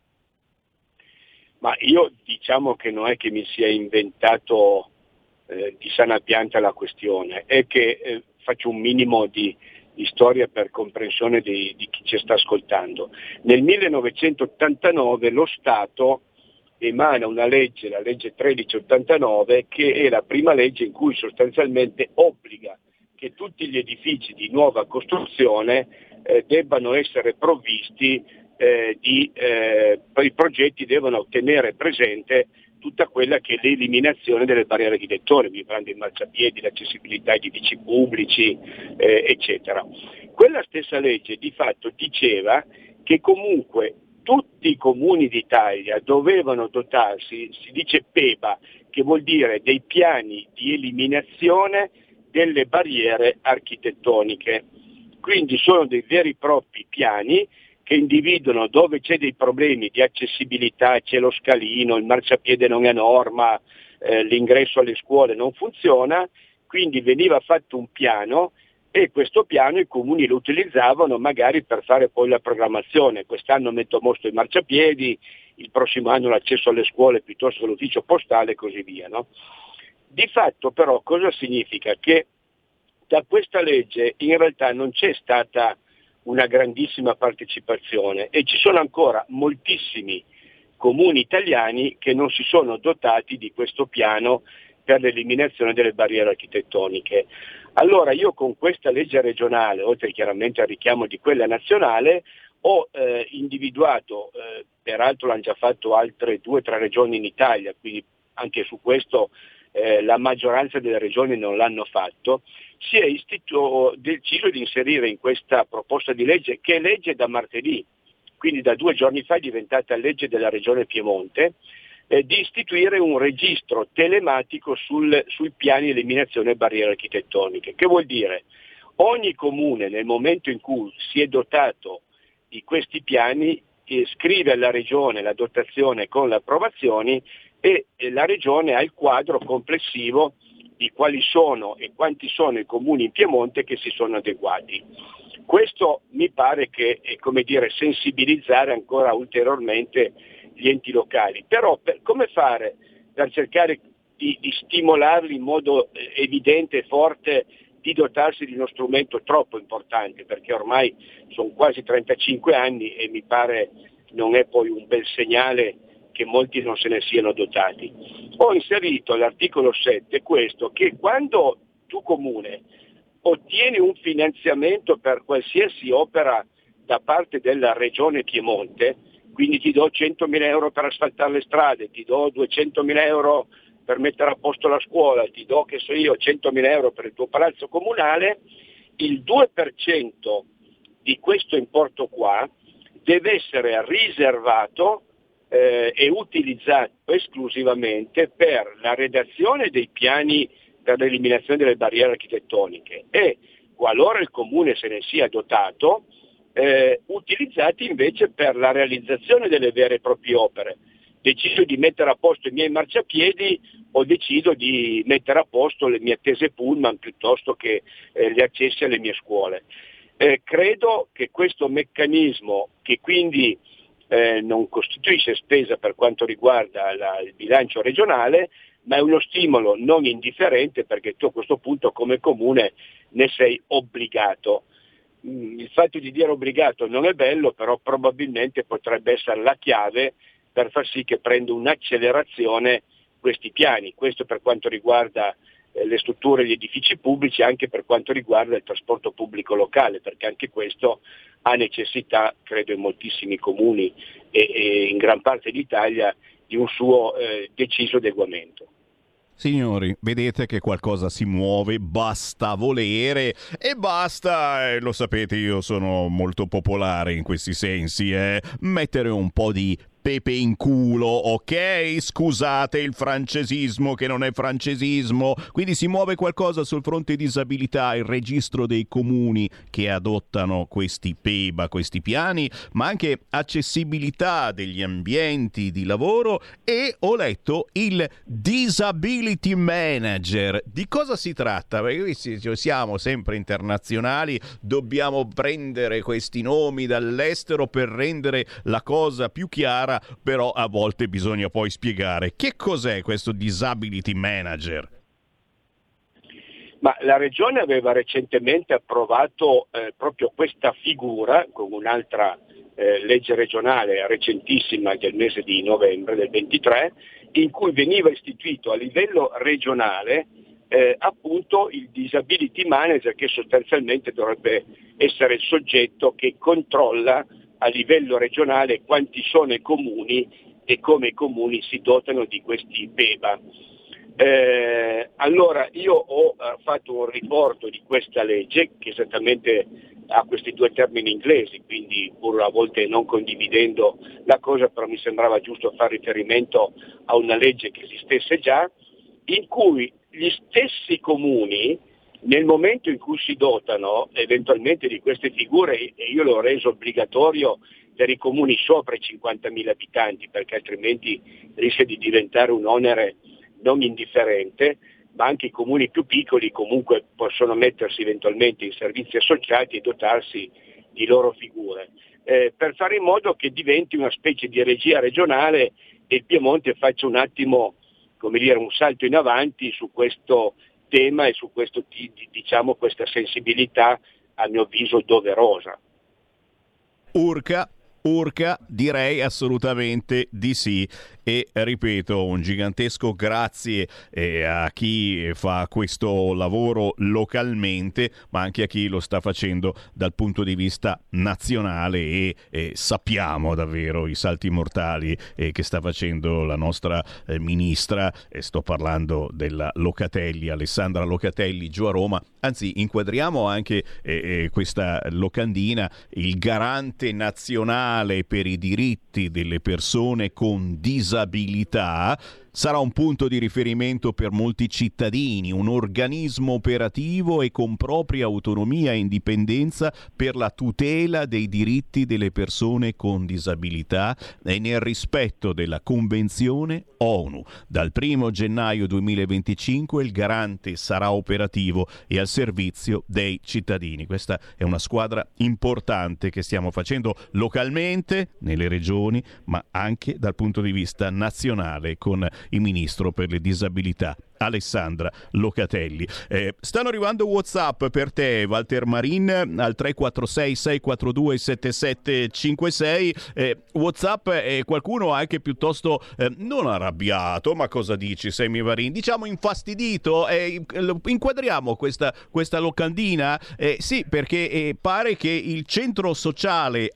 Ma io diciamo che non è che mi sia inventato eh, di sana pianta la questione, è che eh, faccio un minimo di, di storia per comprensione di, di chi ci sta ascoltando. Nel millenovecentottantanove lo Stato emana una legge, la legge tredici ottantanove, che è la prima legge in cui sostanzialmente obbliga che tutti gli edifici di nuova costruzione eh, debbano essere provvisti eh, di, eh, i progetti devono ottenere presente tutta quella che è l'eliminazione delle barriere architettoniche, i grandi marciapiedi, l'accessibilità ai edifici pubblici, eh, eccetera. Quella stessa legge di fatto diceva che comunque tutti i comuni d'Italia dovevano dotarsi, si dice P E B A, che vuol dire dei piani di eliminazione delle barriere architettoniche. Quindi sono dei veri e propri piani che individuano dove c'è dei problemi di accessibilità, c'è lo scalino, il marciapiede non è a norma, eh, l'ingresso alle scuole non funziona, quindi veniva fatto un piano e questo piano i comuni lo utilizzavano magari per fare poi la programmazione. Quest'anno metto a mostro i marciapiedi, il prossimo anno l'accesso alle scuole piuttosto che l'ufficio postale e così via, no? Di fatto però cosa significa? Che da questa legge in realtà non c'è stata una grandissima partecipazione e ci sono ancora moltissimi comuni italiani che non si sono dotati di questo piano per l'eliminazione delle barriere architettoniche. Allora io con questa legge regionale, oltre chiaramente al richiamo di quella nazionale, ho eh, individuato, eh, peraltro l'hanno già fatto altre due o tre regioni in Italia, quindi anche su questo eh, la maggioranza delle regioni non l'hanno fatto, si è istitu- deciso di inserire in questa proposta di legge, che è legge da martedì, quindi da due giorni fa è diventata legge della regione Piemonte, eh, di istituire un registro telematico sul, sui piani di eliminazione barriere architettoniche. Che vuol dire? Ogni comune nel momento in cui si è dotato di questi piani eh, scrive alla regione la dotazione con le approvazioni e eh, la regione ha il quadro complessivo di quali sono e quanti sono i comuni in Piemonte che si sono adeguati. Questo mi pare che è, come dire, sensibilizzare ancora ulteriormente gli enti locali, però per, come fare per cercare di, di stimolarli in modo evidente e forte di dotarsi di uno strumento troppo importante, perché ormai sono quasi trentacinque anni e mi pare non è poi un bel segnale che molti non se ne siano dotati. Ho inserito all'articolo sette questo, che quando tu comune ottieni un finanziamento per qualsiasi opera da parte della regione Piemonte, quindi ti do centomila euro per asfaltare le strade, ti do duecentomila euro per mettere a posto la scuola, ti do, che so io, centomila euro per il tuo palazzo comunale, il due per cento di questo importo qua deve essere riservato eh, e utilizzato esclusivamente per la redazione dei piani per l'eliminazione delle barriere architettoniche e, qualora il comune se ne sia dotato, eh, utilizzati invece per la realizzazione delle vere e proprie opere. Decido di mettere a posto i miei marciapiedi o decido di mettere a posto le mie attese pullman piuttosto che eh, gli accessi alle mie scuole. Eh, credo che questo meccanismo, che quindi eh, non costituisce spesa per quanto riguarda la, il bilancio regionale, ma è uno stimolo non indifferente, perché tu a questo punto come comune ne sei obbligato. Il fatto di dire obbligato non è bello, però probabilmente potrebbe essere la chiave per far sì che prenda un'accelerazione questi piani. Questo per quanto riguarda eh, le strutture e gli edifici pubblici, anche per quanto riguarda il trasporto pubblico locale, perché anche questo ha necessità, credo in moltissimi comuni e, e in gran parte d'Italia, di un suo eh, deciso adeguamento. Signori, vedete che qualcosa si muove, basta volere e basta, eh, lo sapete, io sono molto popolare in questi sensi, eh, mettere un po' di pepe in culo, ok? Scusate il francesismo che non è francesismo. Quindi si muove qualcosa sul fronte disabilità, il registro dei comuni che adottano questi P E B A, questi piani, ma anche accessibilità degli ambienti di lavoro e ho letto il Disability Manager. Di cosa si tratta? Perché siamo sempre internazionali, dobbiamo prendere questi nomi dall'estero per rendere la cosa più chiara, però a volte bisogna poi spiegare che cos'è questo Disability Manager. Ma la Regione aveva recentemente approvato eh, proprio questa figura con un'altra eh, legge regionale recentissima del mese di novembre del ventitré, in cui veniva istituito a livello regionale eh, appunto il Disability Manager, che sostanzialmente dovrebbe essere il soggetto che controlla a livello regionale quanti sono i comuni e come i comuni si dotano di questi P E B A. Eh, allora io ho eh, fatto un riporto di questa legge che esattamente ha questi due termini inglesi, quindi pur a volte non condividendo la cosa, però mi sembrava giusto fare riferimento a una legge che esistesse già, in cui gli stessi comuni nel momento in cui si dotano eventualmente di queste figure, e io l'ho reso obbligatorio per i comuni sopra i cinquantamila abitanti, perché altrimenti rischia di diventare un onere non indifferente, ma anche i comuni più piccoli comunque possono mettersi eventualmente in servizi associati e dotarsi di loro figure, eh, per fare in modo che diventi una specie di regia regionale e il Piemonte faccia un attimo, come dire, un salto in avanti su questo tema e su questo, diciamo, questa sensibilità, a mio avviso, doverosa. Urca, Urca, direi assolutamente di sì. E ripeto, un gigantesco grazie eh, a chi fa questo lavoro localmente, ma anche a chi lo sta facendo dal punto di vista nazionale, e eh, sappiamo davvero i salti mortali eh, che sta facendo la nostra eh, ministra, e sto parlando della Locatelli, Alessandra Locatelli, giù a Roma. Anzi, inquadriamo anche eh, questa locandina, il garante nazionale per i diritti delle persone con disabilità. Disabilità sarà un punto di riferimento per molti cittadini, un organismo operativo e con propria autonomia e indipendenza per la tutela dei diritti delle persone con disabilità e nel rispetto della Convenzione ONU. Dal primo gennaio duemilaventicinque il garante sarà operativo e al servizio dei cittadini. Questa è una squadra importante che stiamo facendo localmente, nelle regioni, ma anche dal punto di vista nazionale con il Ministro per le Disabilità, Alessandra Locatelli. Eh, stanno arrivando WhatsApp per te, Walter Marin, al tre quattro sei sei quattro due sette sette cinque sei. Eh, WhatsApp è eh, qualcuno anche piuttosto eh, non arrabbiato, ma cosa dici, Sammy Varin? Diciamo infastidito. Eh, inquadriamo questa, questa locandina? Eh, sì, perché eh, pare che il centro sociale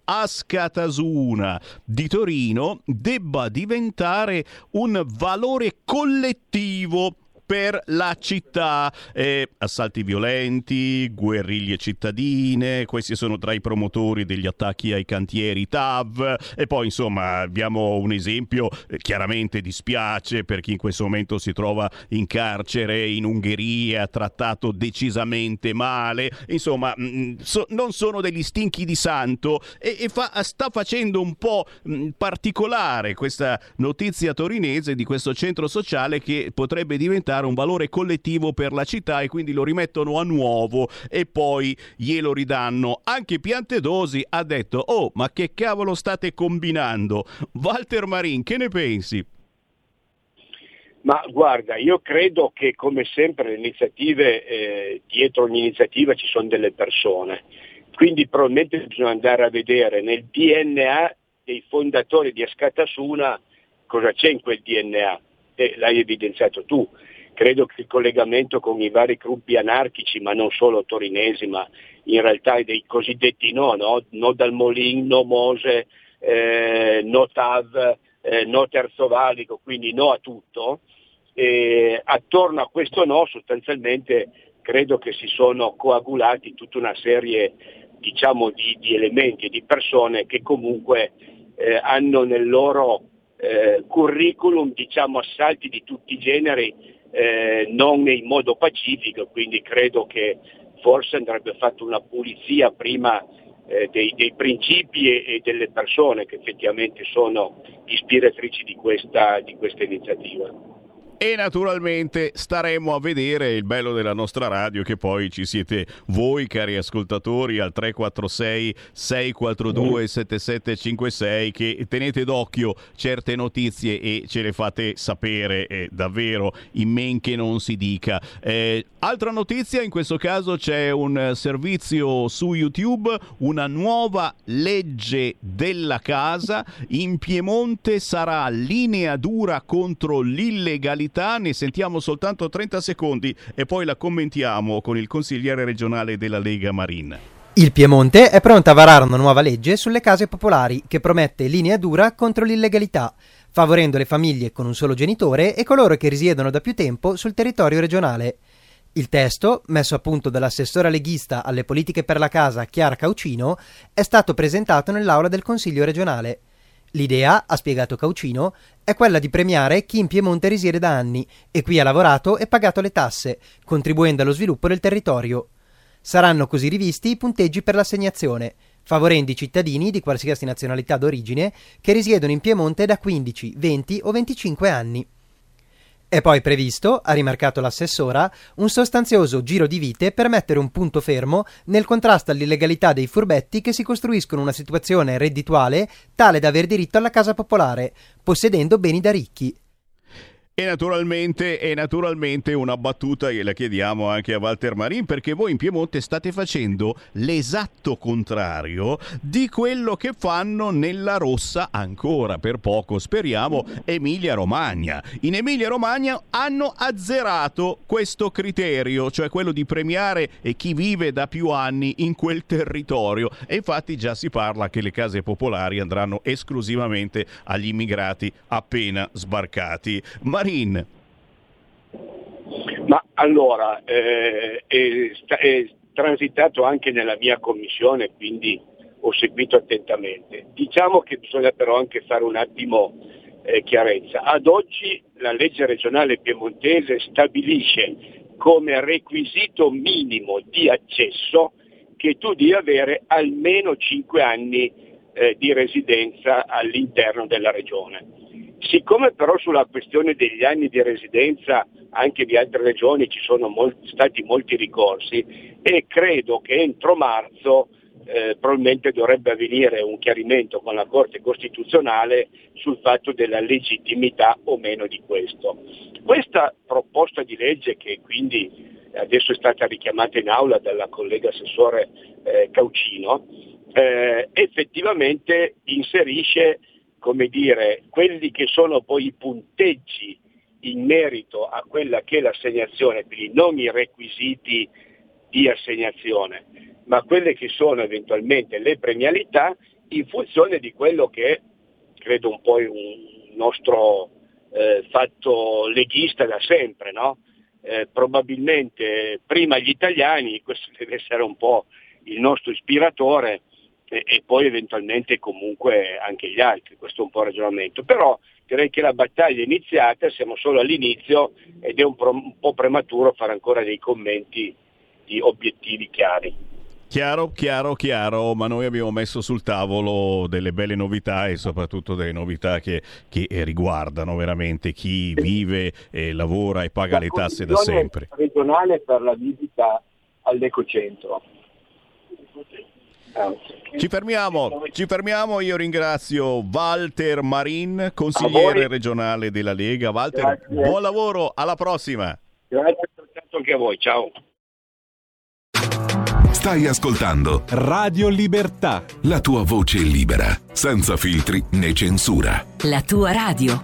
Ascatasuna di Torino debba diventare un valore collettivo per la città. Eh, assalti violenti, guerriglie cittadine, questi sono tra i promotori degli attacchi ai cantieri T A V, e poi insomma abbiamo un esempio, eh, chiaramente dispiace per chi in questo momento si trova in carcere in Ungheria, trattato decisamente male, insomma mh, so, non sono degli stinchi di santo, e, e fa, sta facendo un po' mh, particolare questa notizia torinese di questo centro sociale che potrebbe diventare un valore collettivo per la città, e quindi lo rimettono a nuovo e poi glielo ridanno. Anche Piantedosi ha detto: oh, ma che cavolo state combinando? Walter Marin, che ne pensi? Ma guarda, io credo che come sempre le iniziative, eh, dietro ogni iniziativa ci sono delle persone, quindi probabilmente bisogna andare a vedere nel D N A dei fondatori di Ascatasuna cosa c'è in quel D N A, e l'hai evidenziato tu. Credo che il collegamento con i vari gruppi anarchici, ma non solo torinesi, ma in realtà dei cosiddetti no, no, no dal Molin, no Mose, eh, no T A V, eh, no Terzo Valico, quindi no a tutto. E attorno a questo no sostanzialmente credo che si sono coagulati tutta una serie, diciamo, di, di elementi e di persone che comunque eh, hanno nel loro eh, curriculum, diciamo, assalti di tutti i generi, Eh, non in modo pacifico, quindi credo che forse andrebbe fatta una pulizia prima eh, dei, dei principi e, e delle persone che effettivamente sono ispiratrici di questa, di questa iniziativa. E naturalmente staremo a vedere. Il bello della nostra radio è che poi ci siete voi, cari ascoltatori, al tre quattro sei sei quattro due sette sette cinque sei, che tenete d'occhio certe notizie e ce le fate sapere, eh, davvero in men che non si dica. Eh, altra notizia, in questo caso c'è un servizio su YouTube, una nuova legge della casa. In Piemonte sarà linea dura contro l'illegalità. Ne sentiamo soltanto trenta secondi e poi la commentiamo con il consigliere regionale della Lega Marin. Il Piemonte è pronto a varare una nuova legge sulle case popolari che promette linea dura contro l'illegalità, favorendo le famiglie con un solo genitore e coloro che risiedono da più tempo sul territorio regionale. Il testo, messo a punto dall'assessora leghista alle politiche per la casa Chiara Caucino, è stato presentato nell'aula del Consiglio regionale. L'idea, ha spiegato Caucino, è quella di premiare chi in Piemonte risiede da anni e qui ha lavorato e pagato le tasse, contribuendo allo sviluppo del territorio. Saranno così rivisti i punteggi per l'assegnazione, favorendo i cittadini di qualsiasi nazionalità d'origine che risiedono in Piemonte da quindici, venti o venticinque anni. È poi previsto, ha rimarcato l'assessora, un sostanzioso giro di vite per mettere un punto fermo nel contrasto all'illegalità dei furbetti che si costruiscono una situazione reddituale tale da aver diritto alla casa popolare, possedendo beni da ricchi. E naturalmente, e naturalmente una battuta gliela chiediamo anche a Walter Marin, perché voi in Piemonte state facendo l'esatto contrario di quello che fanno nella rossa, ancora per poco speriamo, Emilia Romagna. In Emilia Romagna hanno azzerato questo criterio, cioè quello di premiare chi vive da più anni in quel territorio, e infatti già si parla che le case popolari andranno esclusivamente agli immigrati appena sbarcati. Marin. Ma allora, eh, è, è transitato anche nella mia commissione, quindi ho seguito attentamente. Diciamo che bisogna però anche fare un attimo eh, chiarezza. Ad oggi la legge regionale piemontese stabilisce come requisito minimo di accesso che tu devi avere almeno cinque anni eh, di residenza all'interno della regione. Siccome però sulla questione degli anni di residenza anche di altre regioni ci sono molti, stati molti ricorsi, e credo che entro marzo eh, probabilmente dovrebbe avvenire un chiarimento con la Corte Costituzionale sul fatto della legittimità o meno di questo. Questa proposta di legge, che quindi adesso è stata richiamata in aula dalla collega assessore eh, Caucino, eh, effettivamente inserisce, come dire, quelli che sono poi i punteggi in merito a quella che è l'assegnazione, quindi non i requisiti di assegnazione, ma quelle che sono eventualmente le premialità in funzione di quello che è, credo, un po' un nostro eh, fatto leghista da sempre, no? Eh, probabilmente prima gli italiani, questo deve essere un po' il nostro ispiratore, e, e poi eventualmente comunque anche gli altri, questo è un po' il ragionamento. Però direi che la battaglia è iniziata, siamo solo all'inizio ed è un, pro, un po' prematuro fare ancora dei commenti di obiettivi chiari. Chiaro, chiaro, chiaro, ma noi abbiamo messo sul tavolo delle belle novità, e soprattutto delle novità che, che riguardano veramente chi vive e lavora e paga la le tasse da sempre. Regionale per la visita all'ecocentro. Ci fermiamo, ci fermiamo, io ringrazio Walter Marin, consigliere regionale della Lega. Walter, grazie. Buon lavoro, alla prossima. Grazie anche a voi, ciao. Stai ascoltando Radio Libertà, la tua voce libera, senza filtri né censura. La tua radio.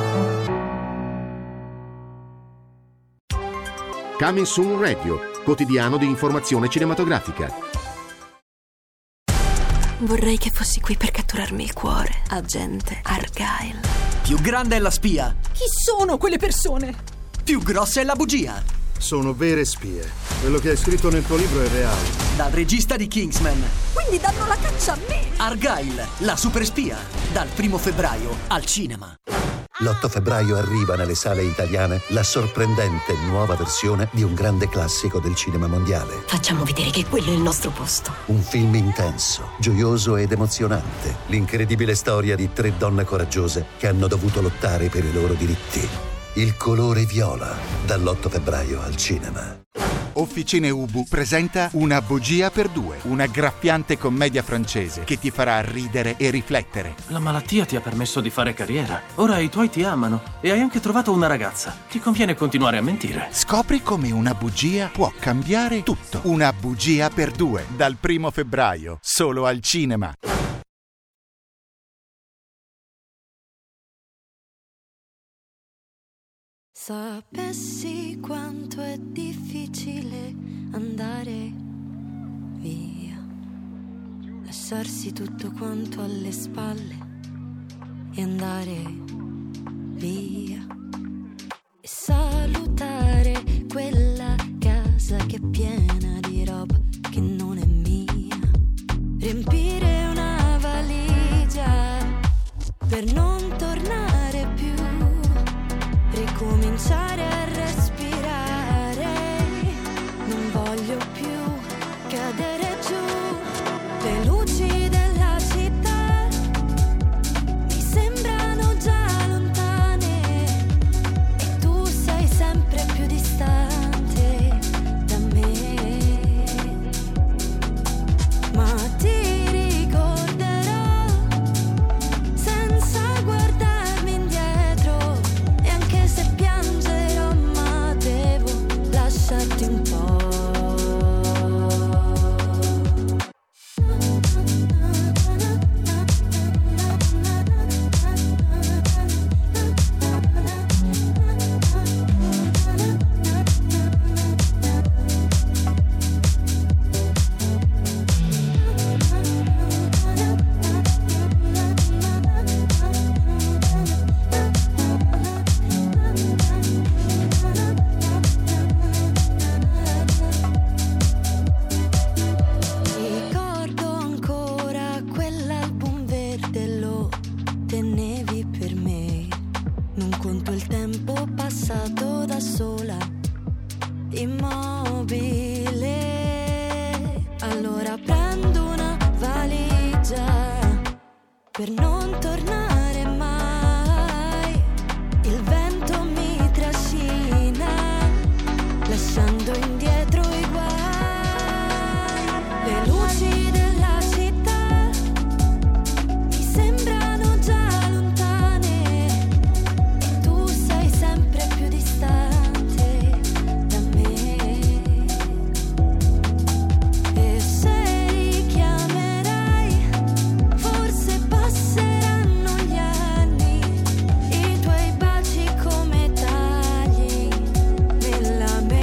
Coming Soon Radio, quotidiano di informazione cinematografica. Vorrei che fossi qui per catturarmi il cuore, agente Argyle. Più grande è la spia. Chi sono quelle persone? Più grossa è la bugia. Sono vere spie. Quello che hai scritto nel tuo libro è reale. Dal regista di Kingsman. Quindi danno la caccia a me. Argyle, la super spia. Dal primo febbraio al cinema. L'otto febbraio arriva nelle sale italiane la sorprendente nuova versione di un grande classico del cinema mondiale. Facciamo vedere che quello è il nostro posto. Un film intenso, gioioso ed emozionante. L'incredibile storia di tre donne coraggiose che hanno dovuto lottare per i loro diritti. Il colore viola, dall'otto febbraio al cinema. Officine Ubu presenta Una bugia per due, una graffiante commedia francese che ti farà ridere e riflettere. La malattia ti ha permesso di fare carriera. Ora i tuoi ti amano e hai anche trovato una ragazza. Ti conviene continuare a mentire. Scopri come una bugia può cambiare tutto. Una bugia per due, dal primo febbraio, solo al cinema. Sapessi quanto è difficile andare via, lasciarsi tutto quanto alle spalle e andare via e salutare quella casa che è piena di roba che non è mia, riempire una valigia per non tornare più, ricominciare a respirare, non voglio più cadere giù. Le luci della città mi sembrano già lontane e tu sei sempre più distante da me, ma ti ricorderò senza guardarmi indietro, e anche se piangerò ma devo lasciarti un po'. Ricordo ancora quell'album verde, lo tenevi per me. Non conto il tempo passato da sola, immobile. Allora prendo una valigia per non tornare mai. Il vento mi trascina, lasciando indietro i guai. Le luci della città mi sembrano già lontane e tu sei sempre più distante da me. E se richiamerai, forse passeranno gli anni, i tuoi baci come tagli nella mente.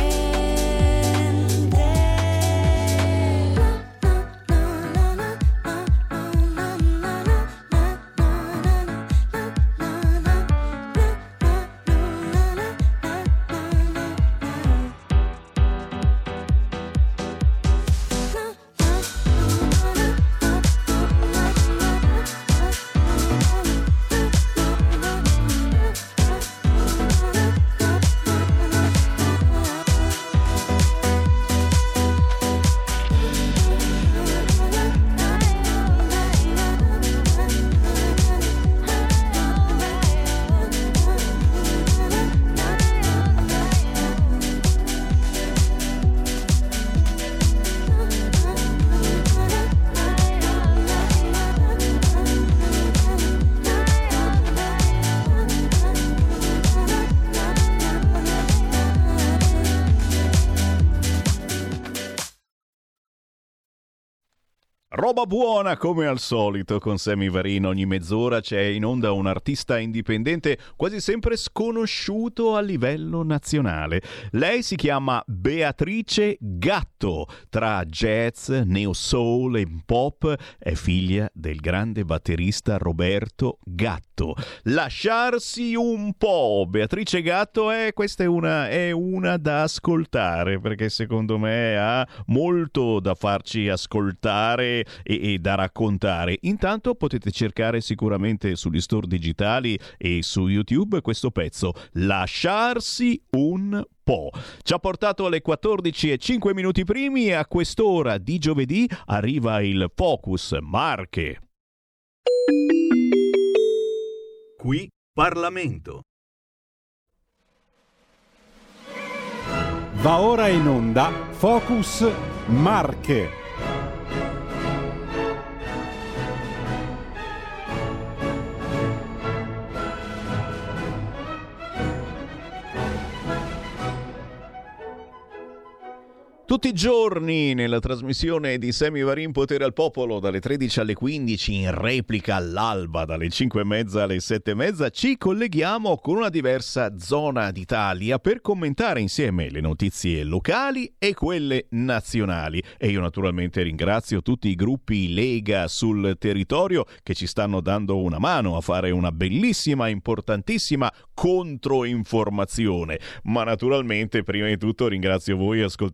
Roba buona come al solito con Sammy Varin. Ogni mezz'ora c'è in onda un artista indipendente quasi sempre sconosciuto a livello nazionale. Lei si chiama Beatrice Gatto. Tra jazz, neo soul e pop è figlia del grande batterista Roberto Gatto. Lasciarsi un po'. Beatrice Gatto è questa è una, è una da ascoltare, perché secondo me ha molto da farci ascoltare e, e da raccontare. Intanto potete cercare sicuramente sugli store digitali e su YouTube questo pezzo, Lasciarsi un po'. Ci ha portato alle quattordici e cinque minuti primi e a quest'ora di giovedì arriva il Focus Marche. Qui Parlamento. Va ora in onda Focus Marche. Tutti i giorni nella trasmissione di Sammy Varin Potere al Popolo dalle tredici alle quindici, in replica all'alba dalle cinque e mezza alle sette e mezza, ci colleghiamo con una diversa zona d'Italia per commentare insieme le notizie locali e quelle nazionali. E io naturalmente ringrazio tutti i gruppi Lega sul territorio che ci stanno dando una mano a fare una bellissima, importantissima controinformazione. Ma naturalmente prima di tutto ringrazio voi ascoltatori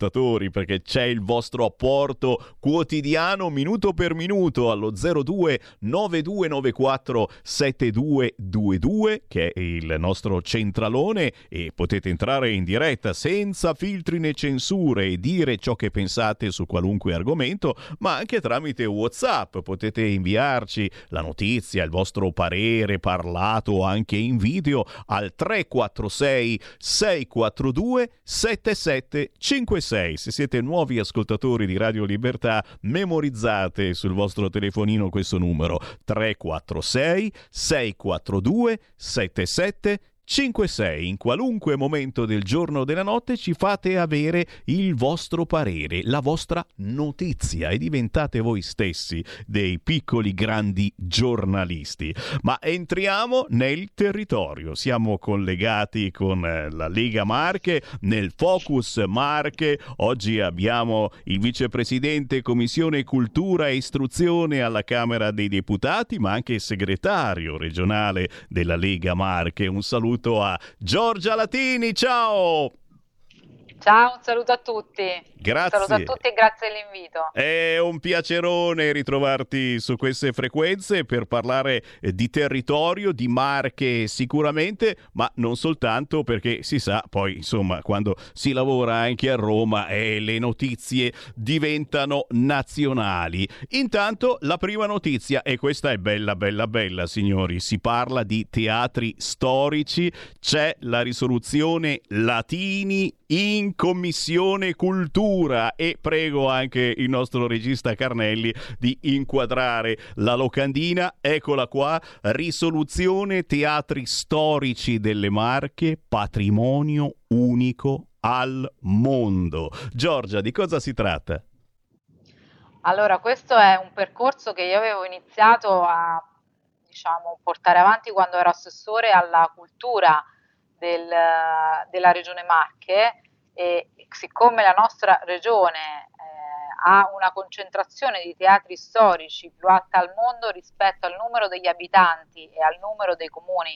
signori, perché c'è il vostro apporto quotidiano minuto per minuto allo zero due nove due nove quattro sette due due due, che è il nostro centralone, e potete entrare in diretta senza filtri né censure e dire ciò che pensate su qualunque argomento, ma anche tramite WhatsApp potete inviarci la notizia, il vostro parere parlato anche in video al tre quattro sei sei quattro due sette sette cinque sei. Se siete nuovi ascoltatori di Radio Libertà, memorizzate sul vostro telefonino questo numero: tre quattro sei sei quattro due sette sette cinque sei. In qualunque momento del giorno o della notte ci fate avere il vostro parere, la vostra notizia, e diventate voi stessi dei piccoli grandi giornalisti. Ma entriamo nel territorio. Siamo collegati con la Lega Marche nel Focus Marche. Oggi abbiamo il vicepresidente Commissione Cultura e Istruzione alla Camera dei Deputati, ma anche segretario regionale della Lega Marche. Un saluto a Giorgia Latini, ciao! Ciao, un saluto a tutti. Grazie. Un saluto a tutti e grazie dell'invito. È un piacerone ritrovarti su queste frequenze per parlare di territorio, di Marche sicuramente, ma non soltanto, perché si sa poi, insomma, quando si lavora anche a Roma eh, le notizie diventano nazionali. Intanto la prima notizia, e questa è bella bella bella signori, si parla di teatri storici. C'è la risoluzione Latini in Commissione Cultura, e prego anche il nostro regista Carnelli di inquadrare la locandina. Eccola qua: risoluzione teatri storici delle Marche, patrimonio unico al mondo. Giorgia, di cosa si tratta? Allora, questo è un percorso che io avevo iniziato a, diciamo, portare avanti quando ero assessore alla cultura del, della Regione Marche, e siccome la nostra regione eh, ha una concentrazione di teatri storici più alta al mondo rispetto al numero degli abitanti e al numero dei comuni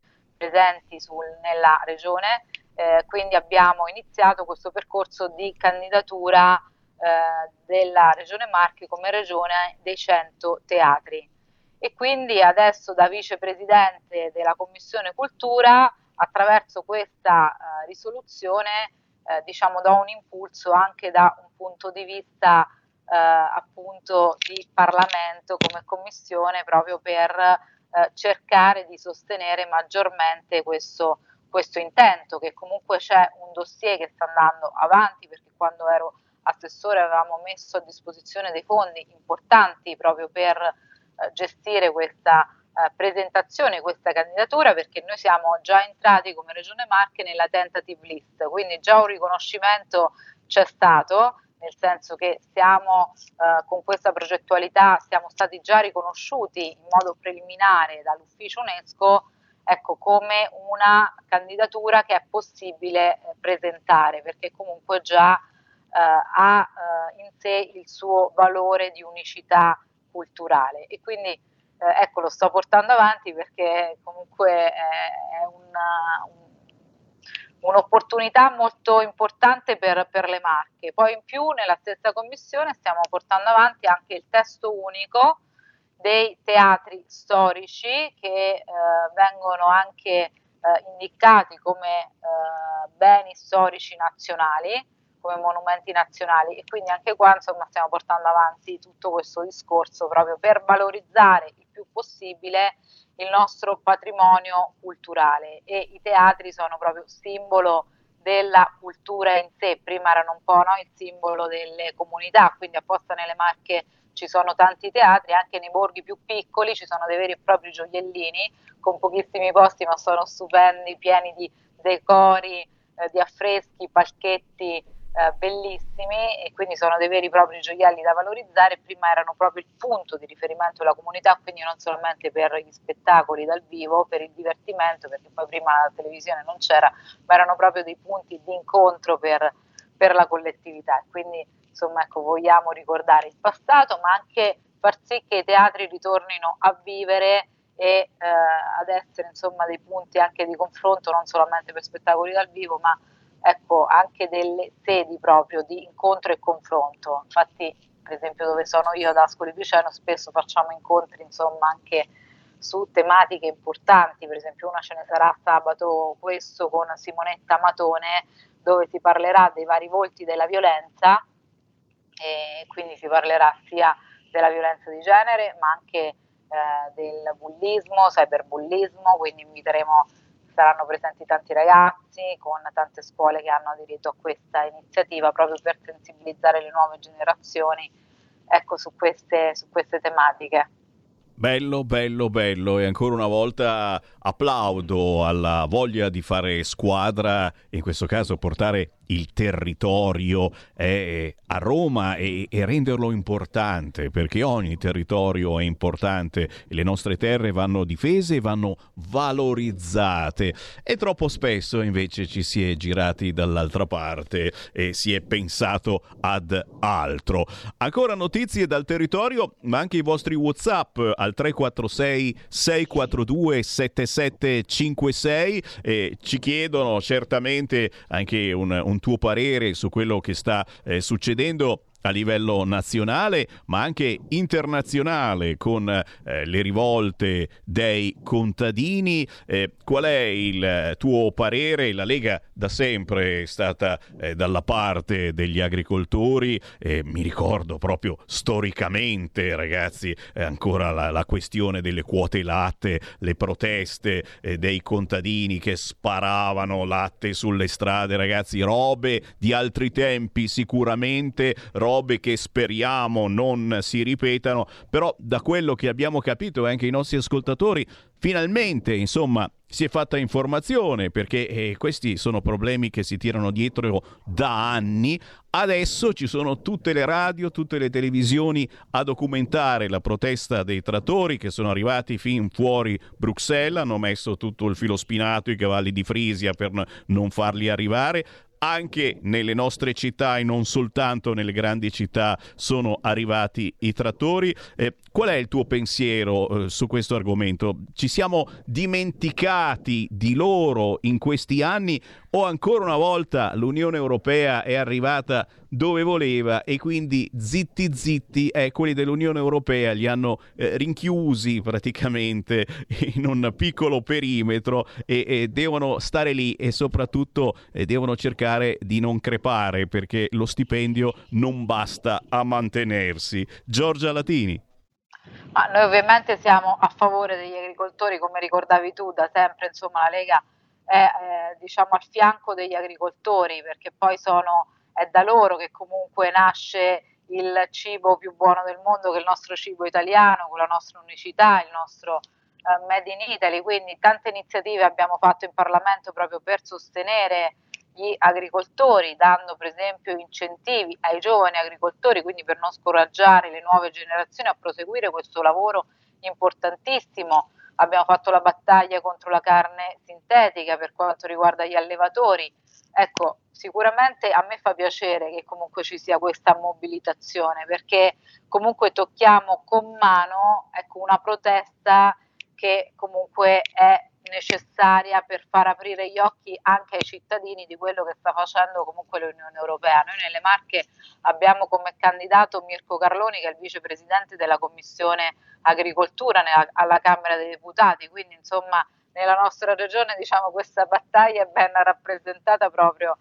presenti sul, nella regione, eh, quindi abbiamo iniziato questo percorso di candidatura eh, della Regione Marche come regione dei cento teatri. E quindi adesso, da vicepresidente della Commissione Cultura, attraverso questa uh, risoluzione eh, diciamo do un impulso anche da un punto di vista eh, appunto di Parlamento come Commissione, proprio per eh, cercare di sostenere maggiormente questo, questo intento, che comunque c'è un dossier che sta andando avanti, perché quando ero assessore avevamo messo a disposizione dei fondi importanti proprio per eh, gestire questa Uh, presentazione, questa candidatura, perché noi siamo già entrati come Regione Marche nella tentative list, quindi già un riconoscimento c'è stato, nel senso che siamo uh, con questa progettualità siamo stati già riconosciuti in modo preliminare dall'ufficio UNESCO, ecco, come una candidatura che è possibile eh, presentare, perché comunque già uh, ha uh, in sé il suo valore di unicità culturale, e quindi Eh, ecco, lo sto portando avanti perché comunque è, è una, un, un'opportunità molto importante per, per le Marche. Poi in più nella stessa commissione stiamo portando avanti anche il testo unico dei teatri storici che eh, vengono anche eh, indicati come eh, beni storici nazionali, come monumenti nazionali, e quindi anche qua insomma stiamo portando avanti tutto questo discorso proprio per valorizzare il più possibile il nostro patrimonio culturale, e i teatri sono proprio simbolo della cultura in sé. Prima erano un po', no, il simbolo delle comunità, quindi apposta nelle Marche ci sono tanti teatri, anche nei borghi più piccoli ci sono dei veri e propri gioiellini con pochissimi posti, ma sono stupendi, pieni di decori, eh, di affreschi, palchetti Eh, bellissimi, e quindi sono dei veri e propri gioielli da valorizzare. Prima erano proprio il punto di riferimento della comunità, quindi non solamente per gli spettacoli dal vivo, per il divertimento, perché poi prima la televisione non c'era, ma erano proprio dei punti di incontro per, per la collettività. Quindi insomma, ecco, vogliamo ricordare il passato, ma anche far sì che i teatri ritornino a vivere e eh, ad essere insomma dei punti anche di confronto, non solamente per spettacoli dal vivo, ma ecco, anche delle sedi proprio di incontro e confronto. Infatti, per esempio, dove sono io ad Ascoli Piceno, spesso facciamo incontri, insomma, anche su tematiche importanti. Per esempio, una ce ne sarà sabato questo con Simonetta Matone, dove si parlerà dei vari volti della violenza, e quindi si parlerà sia della violenza di genere, ma anche eh, del bullismo, cyberbullismo, quindi inviteremo, saranno presenti tanti ragazzi con tante scuole che hanno aderito a questa iniziativa proprio per sensibilizzare le nuove generazioni, ecco, su queste, su queste tematiche. Bello, bello, bello, e ancora una volta applaudo alla voglia di fare squadra, in questo caso portare il territorio eh, a Roma e, e renderlo importante, perché ogni territorio è importante e le nostre terre vanno difese e vanno valorizzate, e troppo spesso invece ci si è girati dall'altra parte e si è pensato ad altro. Ancora notizie dal territorio, ma anche i vostri WhatsApp al tre quattro sei sei quattro due sette sette cinque sei, e ci chiedono certamente anche un, un tuo parere su quello che sta eh, succedendo a livello nazionale ma anche internazionale con eh, le rivolte dei contadini. Eh, qual è il tuo parere? La Lega da sempre è stata eh, dalla parte degli agricoltori, eh, mi ricordo proprio storicamente, ragazzi, eh, ancora la, la questione delle quote latte, le proteste eh, dei contadini che sparavano latte sulle strade, ragazzi, robe di altri tempi sicuramente, robe che speriamo non si ripetano, però da quello che abbiamo capito anche i nostri ascoltatori, finalmente, insomma, si è fatta informazione, perché eh, questi sono problemi che si tirano dietro da anni. Adesso ci sono tutte le radio, tutte le televisioni a documentare la protesta dei trattori che sono arrivati fin fuori Bruxelles, hanno messo tutto il filo spinato, i cavalli di Frisia per n- non farli arrivare. Anche nelle nostre città e non soltanto nelle grandi città sono arrivati i trattori. Eh, qual è il tuo pensiero eh, su questo argomento? Ci siamo dimenticati di loro in questi anni o ancora una volta l'Unione Europea è arrivata dove voleva e quindi zitti zitti eh, quelli dell'Unione Europea li hanno eh, rinchiusi praticamente in un piccolo perimetro e, e devono stare lì e soprattutto eh, devono cercare di non crepare, perché lo stipendio non basta a mantenersi. Giorgia Latini. Ma noi ovviamente siamo a favore degli agricoltori, come ricordavi tu, da sempre, insomma, la Lega è eh, diciamo al fianco degli agricoltori, perché poi sono è da loro che comunque nasce il cibo più buono del mondo, che è il nostro cibo italiano, con la nostra unicità, il nostro eh, Made in Italy. Quindi tante iniziative abbiamo fatto in Parlamento proprio per sostenere gli agricoltori, dando per esempio incentivi ai giovani agricoltori, quindi per non scoraggiare le nuove generazioni a proseguire questo lavoro importantissimo. Abbiamo fatto la battaglia contro la carne sintetica per quanto riguarda gli allevatori. Ecco, sicuramente a me fa piacere che comunque ci sia questa mobilitazione, perché comunque tocchiamo con mano, ecco, una protesta che comunque è necessaria per far aprire gli occhi anche ai cittadini di quello che sta facendo comunque l'Unione Europea. Noi nelle Marche abbiamo come candidato Mirko Carloni, che è il vicepresidente della Commissione Agricoltura nella, alla Camera dei Deputati, quindi insomma nella nostra regione, diciamo, questa battaglia è ben rappresentata proprio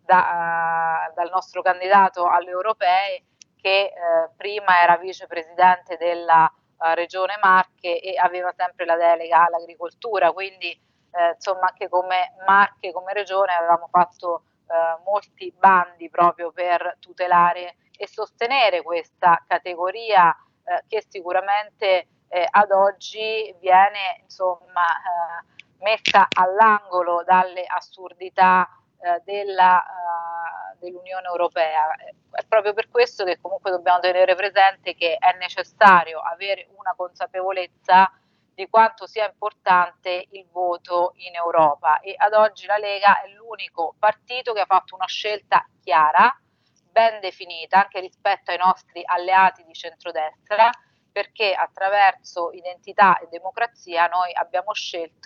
da, uh, dal nostro candidato alle europee, che uh, prima era vicepresidente della uh, regione Marche e aveva sempre la delega all'agricoltura, quindi uh, insomma anche come Marche, come regione, avevamo fatto uh, molti bandi proprio per tutelare e sostenere questa categoria uh, che sicuramente Eh, ad oggi viene insomma eh, messa all'angolo dalle assurdità eh, della, uh, dell'Unione Europea. È proprio per questo che comunque dobbiamo tenere presente che è necessario avere una consapevolezza di quanto sia importante il voto in Europa, e ad oggi la Lega è l'unico partito che ha fatto una scelta chiara, ben definita anche rispetto ai nostri alleati di centrodestra, perché attraverso identità e democrazia noi abbiamo scelto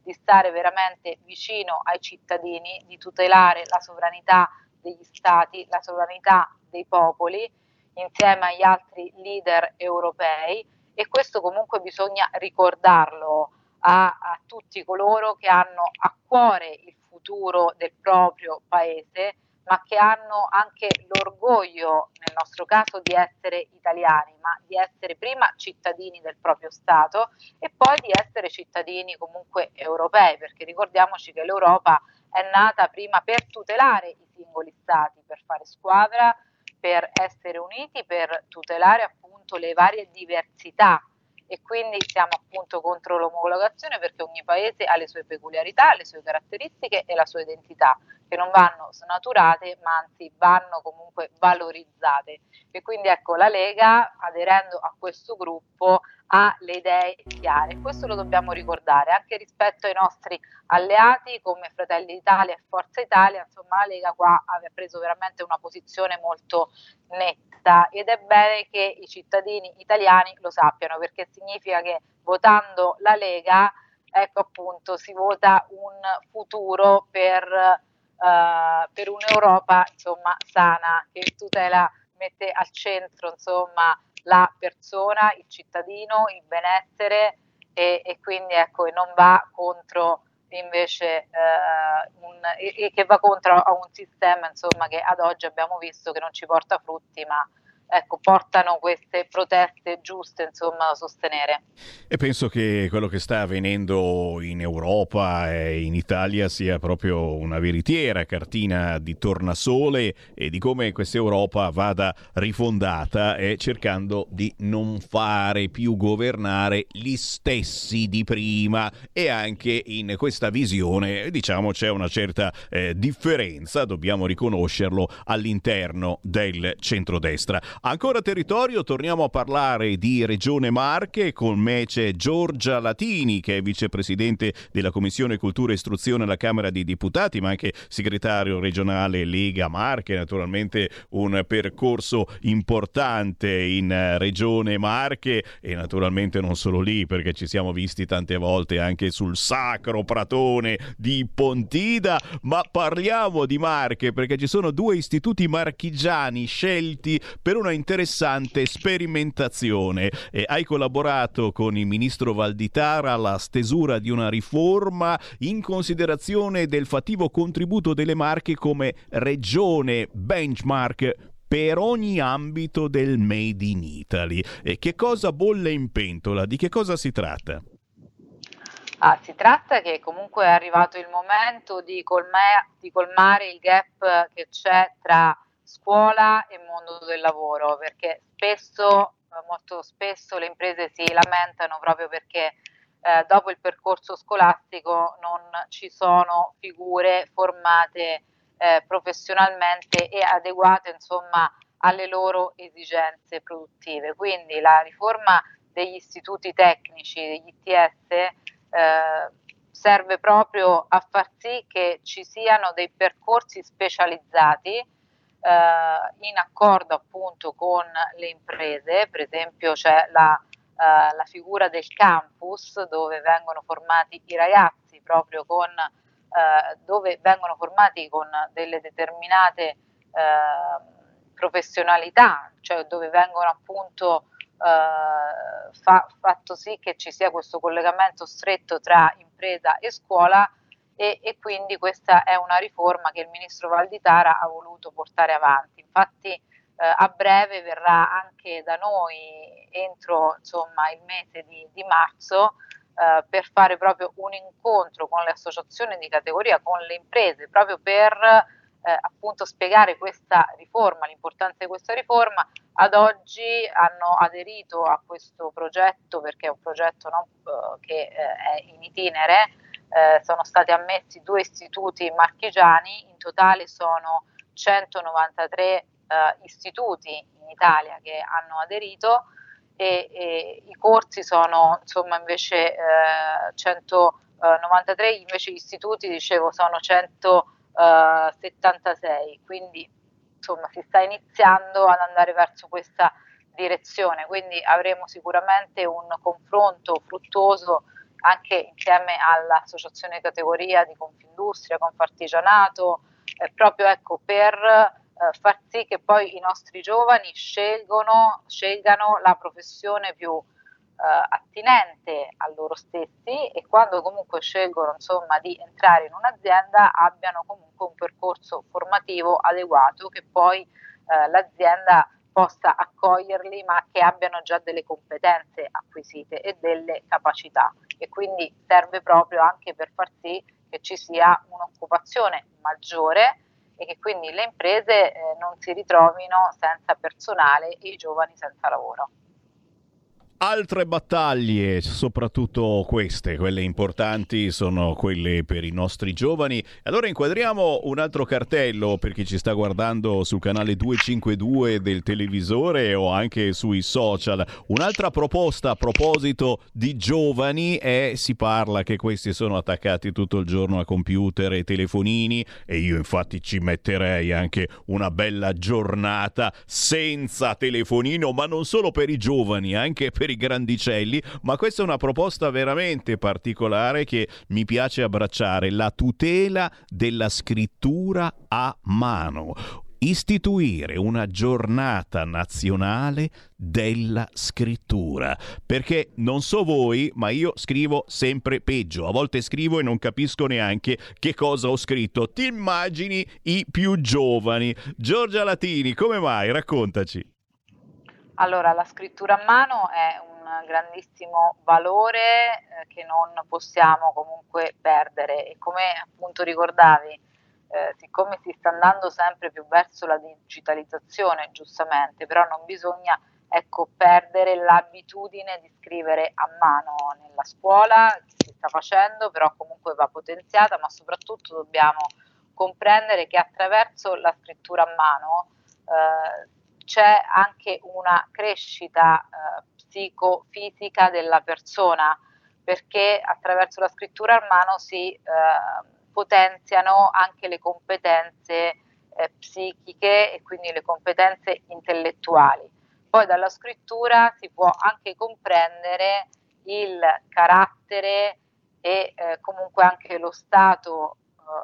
di stare veramente vicino ai cittadini, di tutelare la sovranità degli stati, la sovranità dei popoli, insieme agli altri leader europei, e questo comunque bisogna ricordarlo a, a tutti coloro che hanno a cuore il futuro del proprio paese, ma che hanno anche l'orgoglio, nel nostro caso, di essere italiani, ma di essere prima cittadini del proprio Stato e poi di essere cittadini comunque europei, perché ricordiamoci che l'Europa è nata prima per tutelare i singoli Stati, per fare squadra, per essere uniti, per tutelare appunto le varie diversità, e quindi siamo appunto contro l'omologazione perché ogni paese ha le sue peculiarità, le sue caratteristiche e la sua identità, che non vanno snaturate ma anzi vanno comunque valorizzate. E quindi ecco, la Lega, aderendo a questo gruppo, ha le idee chiare. Questo lo dobbiamo ricordare anche rispetto ai nostri alleati come Fratelli d'Italia e Forza Italia. Insomma, la Lega qua aveva preso veramente una posizione molto netta, ed è bene che i cittadini italiani lo sappiano, perché significa che votando la Lega, ecco appunto, si vota un futuro per, uh, per un'Europa insomma sana, che tutela, mette al centro insomma la persona, il cittadino, il benessere, e, e quindi ecco, e non va contro invece eh, un, e, e che va contro a un sistema insomma che ad oggi abbiamo visto che non ci porta frutti, ma ecco, portano queste proteste giuste insomma da sostenere. E penso che quello che sta avvenendo in Europa e in Italia sia proprio una veritiera cartina di tornasole e di come questa Europa vada rifondata, e cercando di non fare più governare gli stessi di prima. E anche in questa visione, diciamo, c'è una certa eh, differenza, dobbiamo riconoscerlo, all'interno del centrodestra. Ancora territorio, torniamo a parlare di Regione Marche. Con me c'è Giorgia Latini, che è vicepresidente della Commissione Cultura e Istruzione alla Camera dei Deputati, ma anche segretario regionale Lega Marche. Naturalmente un percorso importante in Regione Marche, e naturalmente non solo lì, perché ci siamo visti tante volte anche sul sacro pratone di Pontida. Ma parliamo di Marche perché ci sono due istituti marchigiani scelti per una interessante sperimentazione. E hai collaborato con il ministro Valditara alla stesura di una riforma in considerazione del fattivo contributo delle Marche come regione benchmark per ogni ambito del Made in Italy. E che cosa bolle in pentola? Di che cosa si tratta? Ah, si tratta che comunque è arrivato il momento di, colma- di colmare il gap che c'è tra scuola e mondo del lavoro, perché spesso, molto spesso le imprese si lamentano proprio perché eh, dopo il percorso scolastico non ci sono figure formate eh, professionalmente e adeguate insomma alle loro esigenze produttive. Quindi la riforma degli istituti tecnici, degli I T S, eh, serve proprio a far sì che ci siano dei percorsi specializzati in accordo appunto con le imprese. Per esempio c'è la, uh, la figura del campus, dove vengono formati i ragazzi proprio con uh, dove vengono formati con delle determinate uh, professionalità, cioè dove vengono appunto uh, fa, fatto sì che ci sia questo collegamento stretto tra impresa e scuola. E, e quindi questa è una riforma che il ministro Valditara ha voluto portare avanti. Infatti eh, a breve verrà anche da noi, entro insomma il mese di, di marzo, eh, per fare proprio un incontro con le associazioni di categoria, con le imprese, proprio per eh, appunto spiegare questa riforma, l'importanza di questa riforma. Ad oggi hanno aderito a questo progetto, perché è un progetto no, che eh, è in itinere. Eh, sono stati ammessi due istituti marchigiani, in totale sono centonovantatré eh, istituti in Italia che hanno aderito, e, e i corsi sono insomma invece eh, centonovantatré, invece gli istituti, dicevo, sono centosettantasei, quindi insomma si sta iniziando ad andare verso questa direzione, quindi avremo sicuramente un confronto fruttuoso anche insieme all'associazione categoria di Confindustria, Confartigianato, eh, proprio ecco per eh, far sì che poi i nostri giovani scelgono, scelgano la professione più eh, attinente a loro stessi, e quando comunque scelgono insomma di entrare in un'azienda abbiano comunque un percorso formativo adeguato, che poi eh, l'azienda possa accoglierli, ma che abbiano già delle competenze acquisite e delle capacità, e quindi serve proprio anche per far sì che ci sia un'occupazione maggiore e che quindi le imprese eh, non si ritrovino senza personale e i giovani senza lavoro. Altre battaglie, soprattutto queste, quelle importanti, sono quelle per i nostri giovani. Allora inquadriamo un altro cartello per chi ci sta guardando sul canale duecentocinquantadue del televisore o anche sui social. Un'altra proposta a proposito di giovani è, si parla che questi sono attaccati tutto il giorno a computer e telefonini, e io infatti ci metterei anche una bella giornata senza telefonino, ma non solo per i giovani, anche per i grandicelli. Ma questa è una proposta veramente particolare che mi piace abbracciare: la tutela della scrittura a mano. Istituire una giornata nazionale della scrittura, perché non so voi, ma io scrivo sempre peggio. A volte scrivo e non capisco neanche che cosa ho scritto. Ti immagini i più giovani? Giorgia Latini, come mai? Raccontaci. Allora, la scrittura a mano è un grandissimo valore eh, che non possiamo comunque perdere, e come appunto ricordavi, eh, siccome si sta andando sempre più verso la digitalizzazione, giustamente, però non bisogna ecco perdere l'abitudine di scrivere a mano nella scuola. Si sta facendo, però comunque va potenziata, ma soprattutto dobbiamo comprendere che attraverso la scrittura a mano eh, c'è anche una crescita eh, psicofisica della persona, perché attraverso la scrittura a mano si eh, potenziano anche le competenze eh, psichiche e quindi le competenze intellettuali. Poi dalla scrittura si può anche comprendere il carattere e eh, comunque anche lo stato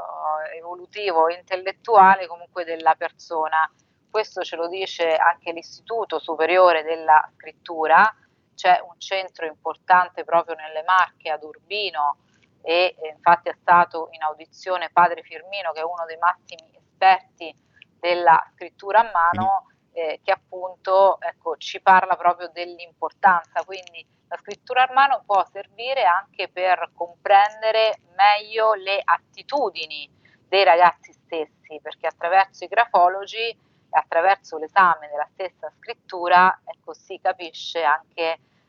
eh, evolutivo e intellettuale comunque della persona. Questo ce lo dice anche l'Istituto Superiore della Scrittura. C'è un centro importante proprio nelle Marche, ad Urbino, e eh, infatti è stato in audizione Padre Firmino, che è uno dei massimi esperti della scrittura a mano, eh, che appunto ecco, ci parla proprio dell'importanza. Quindi la scrittura a mano può servire anche per comprendere meglio le attitudini dei ragazzi stessi, perché attraverso i grafologi, attraverso l'esame della stessa scrittura, ecco, si capisce anche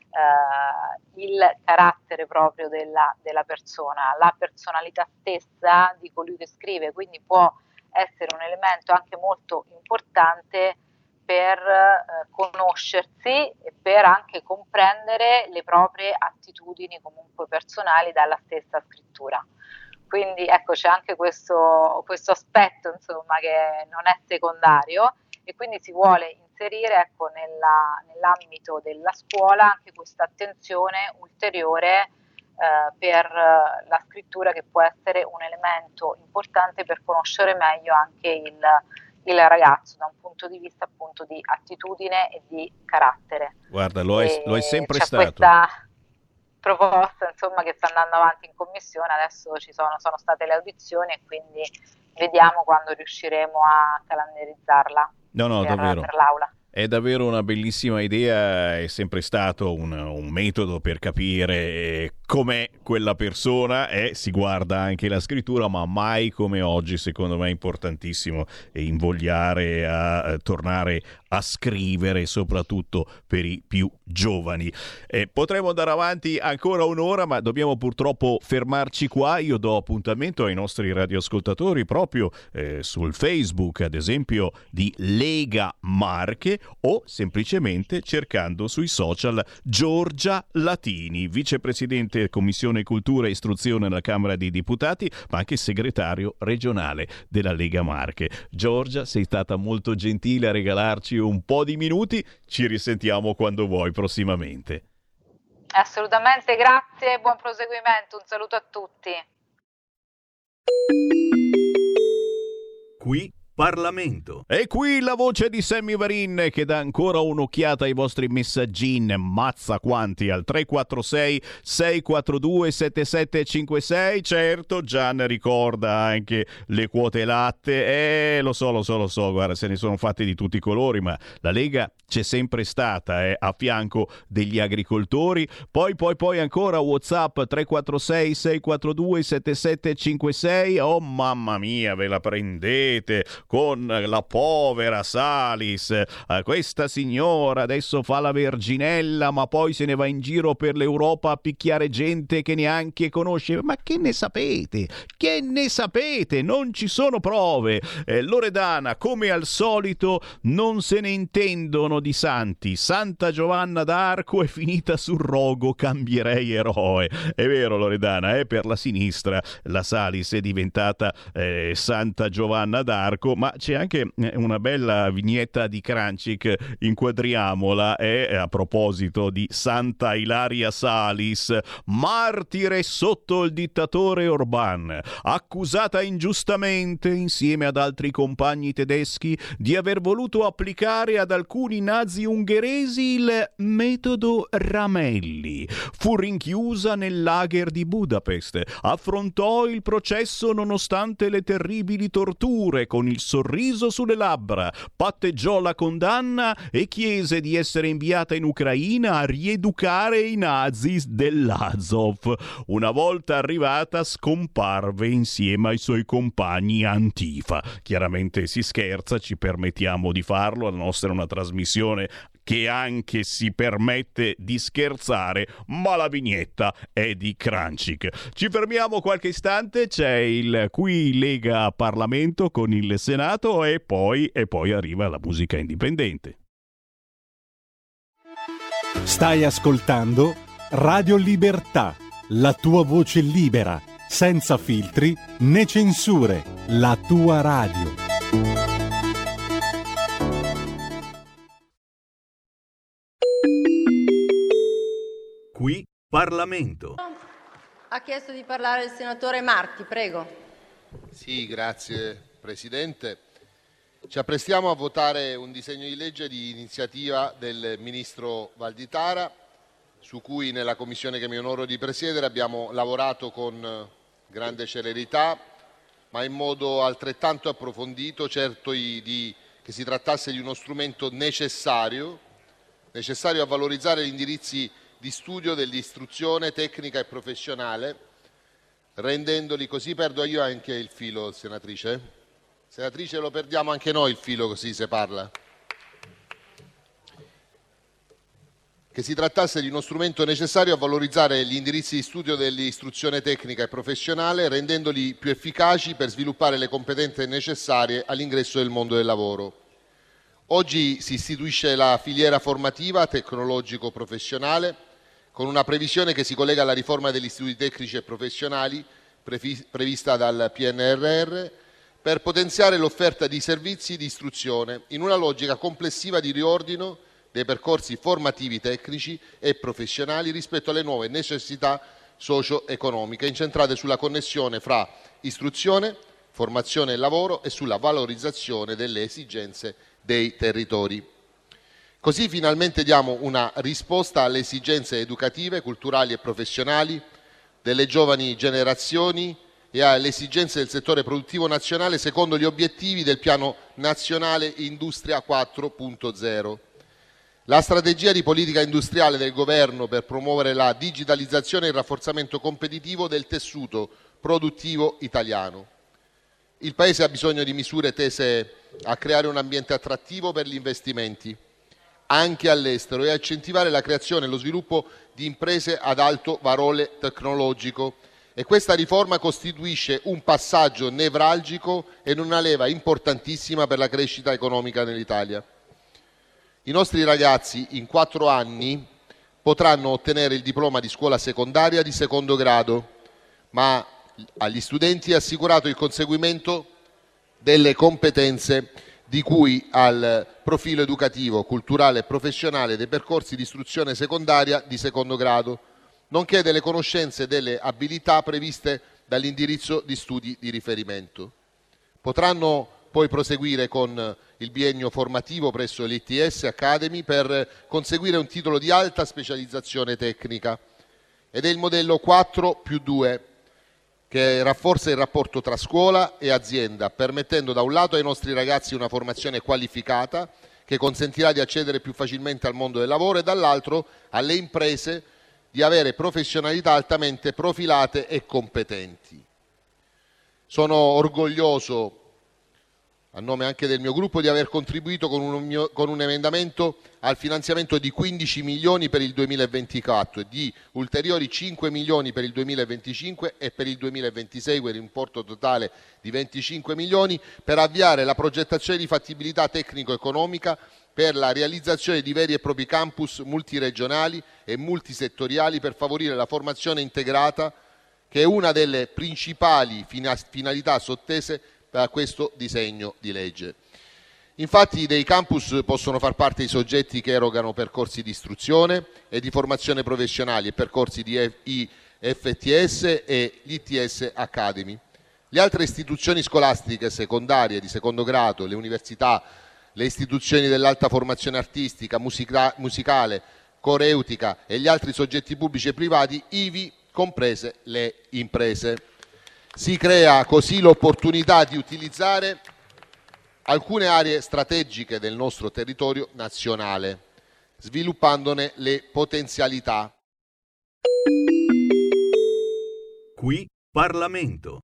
eh, il carattere proprio della, della persona, la personalità stessa di colui che scrive, quindi può essere un elemento anche molto importante per eh, conoscersi e per anche comprendere le proprie attitudini comunque personali dalla stessa scrittura. Quindi ecco, c'è anche questo, questo aspetto insomma che non è secondario, e quindi si vuole inserire ecco, nella, nell'ambito della scuola anche questa attenzione ulteriore eh, per la scrittura, che può essere un elemento importante per conoscere meglio anche il, il ragazzo da un punto di vista appunto di attitudine e di carattere. Guarda, lo è, lo è sempre c'è stato. Questa proposta insomma che sta andando avanti in commissione, adesso ci sono, sono state le audizioni e quindi vediamo quando riusciremo a calendarizzarla no, no, per, davvero. per l'aula. È davvero una bellissima idea, è sempre stato un, un metodo per capire com'è quella persona, e si guarda anche la scrittura, ma mai come oggi secondo me è importantissimo invogliare a, a tornare a scrivere, soprattutto per i più giovani. Eh, potremmo andare avanti ancora un'ora, ma dobbiamo purtroppo fermarci qua. Io do appuntamento ai nostri radioascoltatori proprio eh, sul Facebook, ad esempio di Lega Marche, o semplicemente cercando sui social Giorgia Latini, vicepresidente Commissione Cultura e Istruzione alla Camera dei Deputati, ma anche segretario regionale della Lega Marche. Giorgia, sei stata molto gentile a regalarci un po' di minuti, ci risentiamo quando vuoi prossimamente. Assolutamente, grazie e buon proseguimento. Un saluto a tutti. Qui Parlamento. E qui la voce di Sammy Varin che dà ancora un'occhiata ai vostri messaggini, mazza quanti, al tre quattro sei sei quattro due sette sette cinque sei. Certo, Gian ricorda anche le quote latte, eh, lo so, lo so, lo so, guarda, se ne sono fatti di tutti i colori, ma la Lega c'è sempre stata, eh, a fianco degli agricoltori. Poi, poi, poi ancora WhatsApp tre quattro sei sei quattro due sette sette cinque sei. Oh mamma mia, ve la prendete con la povera Salis, eh, questa signora adesso fa la verginella ma poi se ne va in giro per l'Europa a picchiare gente che neanche conosce. Ma che ne sapete? Che ne sapete? Non ci sono prove. eh, Loredana, come al solito, non se ne intendono di santi. Santa Giovanna d'Arco è finita sul rogo, cambierei eroe. È vero, Loredana, eh? Per la sinistra la Salis è diventata eh, Santa Giovanna d'Arco, ma c'è anche una bella vignetta di Crancic, inquadriamola, eh, a proposito di Santa Ilaria Salis, martire sotto il dittatore Orban, accusata ingiustamente insieme ad altri compagni tedeschi di aver voluto applicare ad alcuni nazi ungheresi il metodo Ramelli. Fu rinchiusa nel lager di Budapest, affrontò il processo nonostante le terribili torture con il sorriso sulle labbra, patteggiò la condanna e chiese di essere inviata in Ucraina a rieducare i nazi dell'Azov. Una volta arrivata scomparve insieme ai suoi compagni Antifa. Chiaramente si scherza, ci permettiamo di farlo, la nostra è una trasmissione che anche si permette di scherzare, ma la vignetta è di Crancic. Ci fermiamo qualche istante, c'è il Qui Lega Parlamento con il Senato e poi, e poi arriva la musica indipendente. Stai ascoltando Radio Libertà, la tua voce libera, senza filtri né censure, la tua radio. Qui Parlamento. Ha chiesto di parlare il senatore Marti, prego. Sì, grazie Presidente. Ci apprestiamo a votare un disegno di legge di iniziativa del Ministro Valditara, su cui nella Commissione che mi onoro di presiedere abbiamo lavorato con grande celerità, ma in modo altrettanto approfondito, certo di, che si trattasse di uno strumento necessario, necessario a valorizzare gli indirizzi di studio dell'istruzione tecnica e professionale, rendendoli così. Perdo io anche il filo, senatrice? Senatrice, lo perdiamo anche noi il filo così se parla? Che si trattasse di uno strumento necessario a valorizzare gli indirizzi di studio dell'istruzione tecnica e professionale, rendendoli più efficaci per sviluppare le competenze necessarie all'ingresso del mondo del lavoro. Oggi si istituisce la filiera formativa tecnologico-professionale, con una previsione che si collega alla riforma degli istituti tecnici e professionali prevista dal P N R R, per potenziare l'offerta di servizi di istruzione in una logica complessiva di riordino dei percorsi formativi tecnici e professionali rispetto alle nuove necessità socio-economiche, incentrate sulla connessione fra istruzione, formazione e lavoro e sulla valorizzazione delle esigenze dei territori. Così finalmente diamo una risposta alle esigenze educative, culturali e professionali delle giovani generazioni e alle esigenze del settore produttivo nazionale secondo gli obiettivi del Piano Nazionale Industria quattro punto zero. La strategia di politica industriale del Governo per promuovere la digitalizzazione e il rafforzamento competitivo del tessuto produttivo italiano. Il Paese ha bisogno di misure tese a creare un ambiente attrattivo per gli investimenti, anche all'estero, e a incentivare la creazione e lo sviluppo di imprese ad alto valore tecnologico. E questa riforma costituisce un passaggio nevralgico e una leva importantissima per la crescita economica nell'Italia. I nostri ragazzi in quattro anni potranno ottenere il diploma di scuola secondaria di secondo grado, ma agli studenti è assicurato il conseguimento delle competenze di cui al profilo educativo, culturale e professionale dei percorsi di istruzione secondaria di secondo grado, nonché delle conoscenze e delle abilità previste dall'indirizzo di studi di riferimento. Potranno poi proseguire con il biennio formativo presso l'I T S Academy per conseguire un titolo di alta specializzazione tecnica ed è il modello quattro più due che rafforza il rapporto tra scuola e azienda, permettendo da un lato ai nostri ragazzi una formazione qualificata che consentirà di accedere più facilmente al mondo del lavoro e dall'altro alle imprese di avere professionalità altamente profilate e competenti. Sono orgoglioso, a nome anche del mio gruppo, di aver contribuito con un, mio, con un emendamento al finanziamento di quindici milioni per il duemilaventiquattro e di ulteriori cinque milioni per il duemilaventicinque e per il duemilaventisei, con importo totale di venticinque milioni, per avviare la progettazione di fattibilità tecnico-economica per la realizzazione di veri e propri campus multiregionali e multisettoriali per favorire la formazione integrata, che è una delle principali finalità sottese da questo disegno di legge. Infatti dei campus possono far parte i soggetti che erogano percorsi di istruzione e di formazione professionali e percorsi di I F T S e l'I T S Academy. Le altre istituzioni scolastiche secondarie di secondo grado, le università, le istituzioni dell'alta formazione artistica, musica- musicale, coreutica e gli altri soggetti pubblici e privati, ivi comprese le imprese. Si crea così l'opportunità di utilizzare alcune aree strategiche del nostro territorio nazionale, sviluppandone le potenzialità. Qui Parlamento.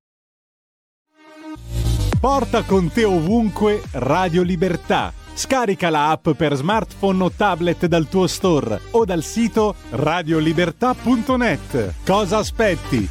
Porta con te ovunque Radio Libertà. Scarica la app per smartphone o tablet dal tuo store o dal sito radiolibertà punto net. Cosa aspetti?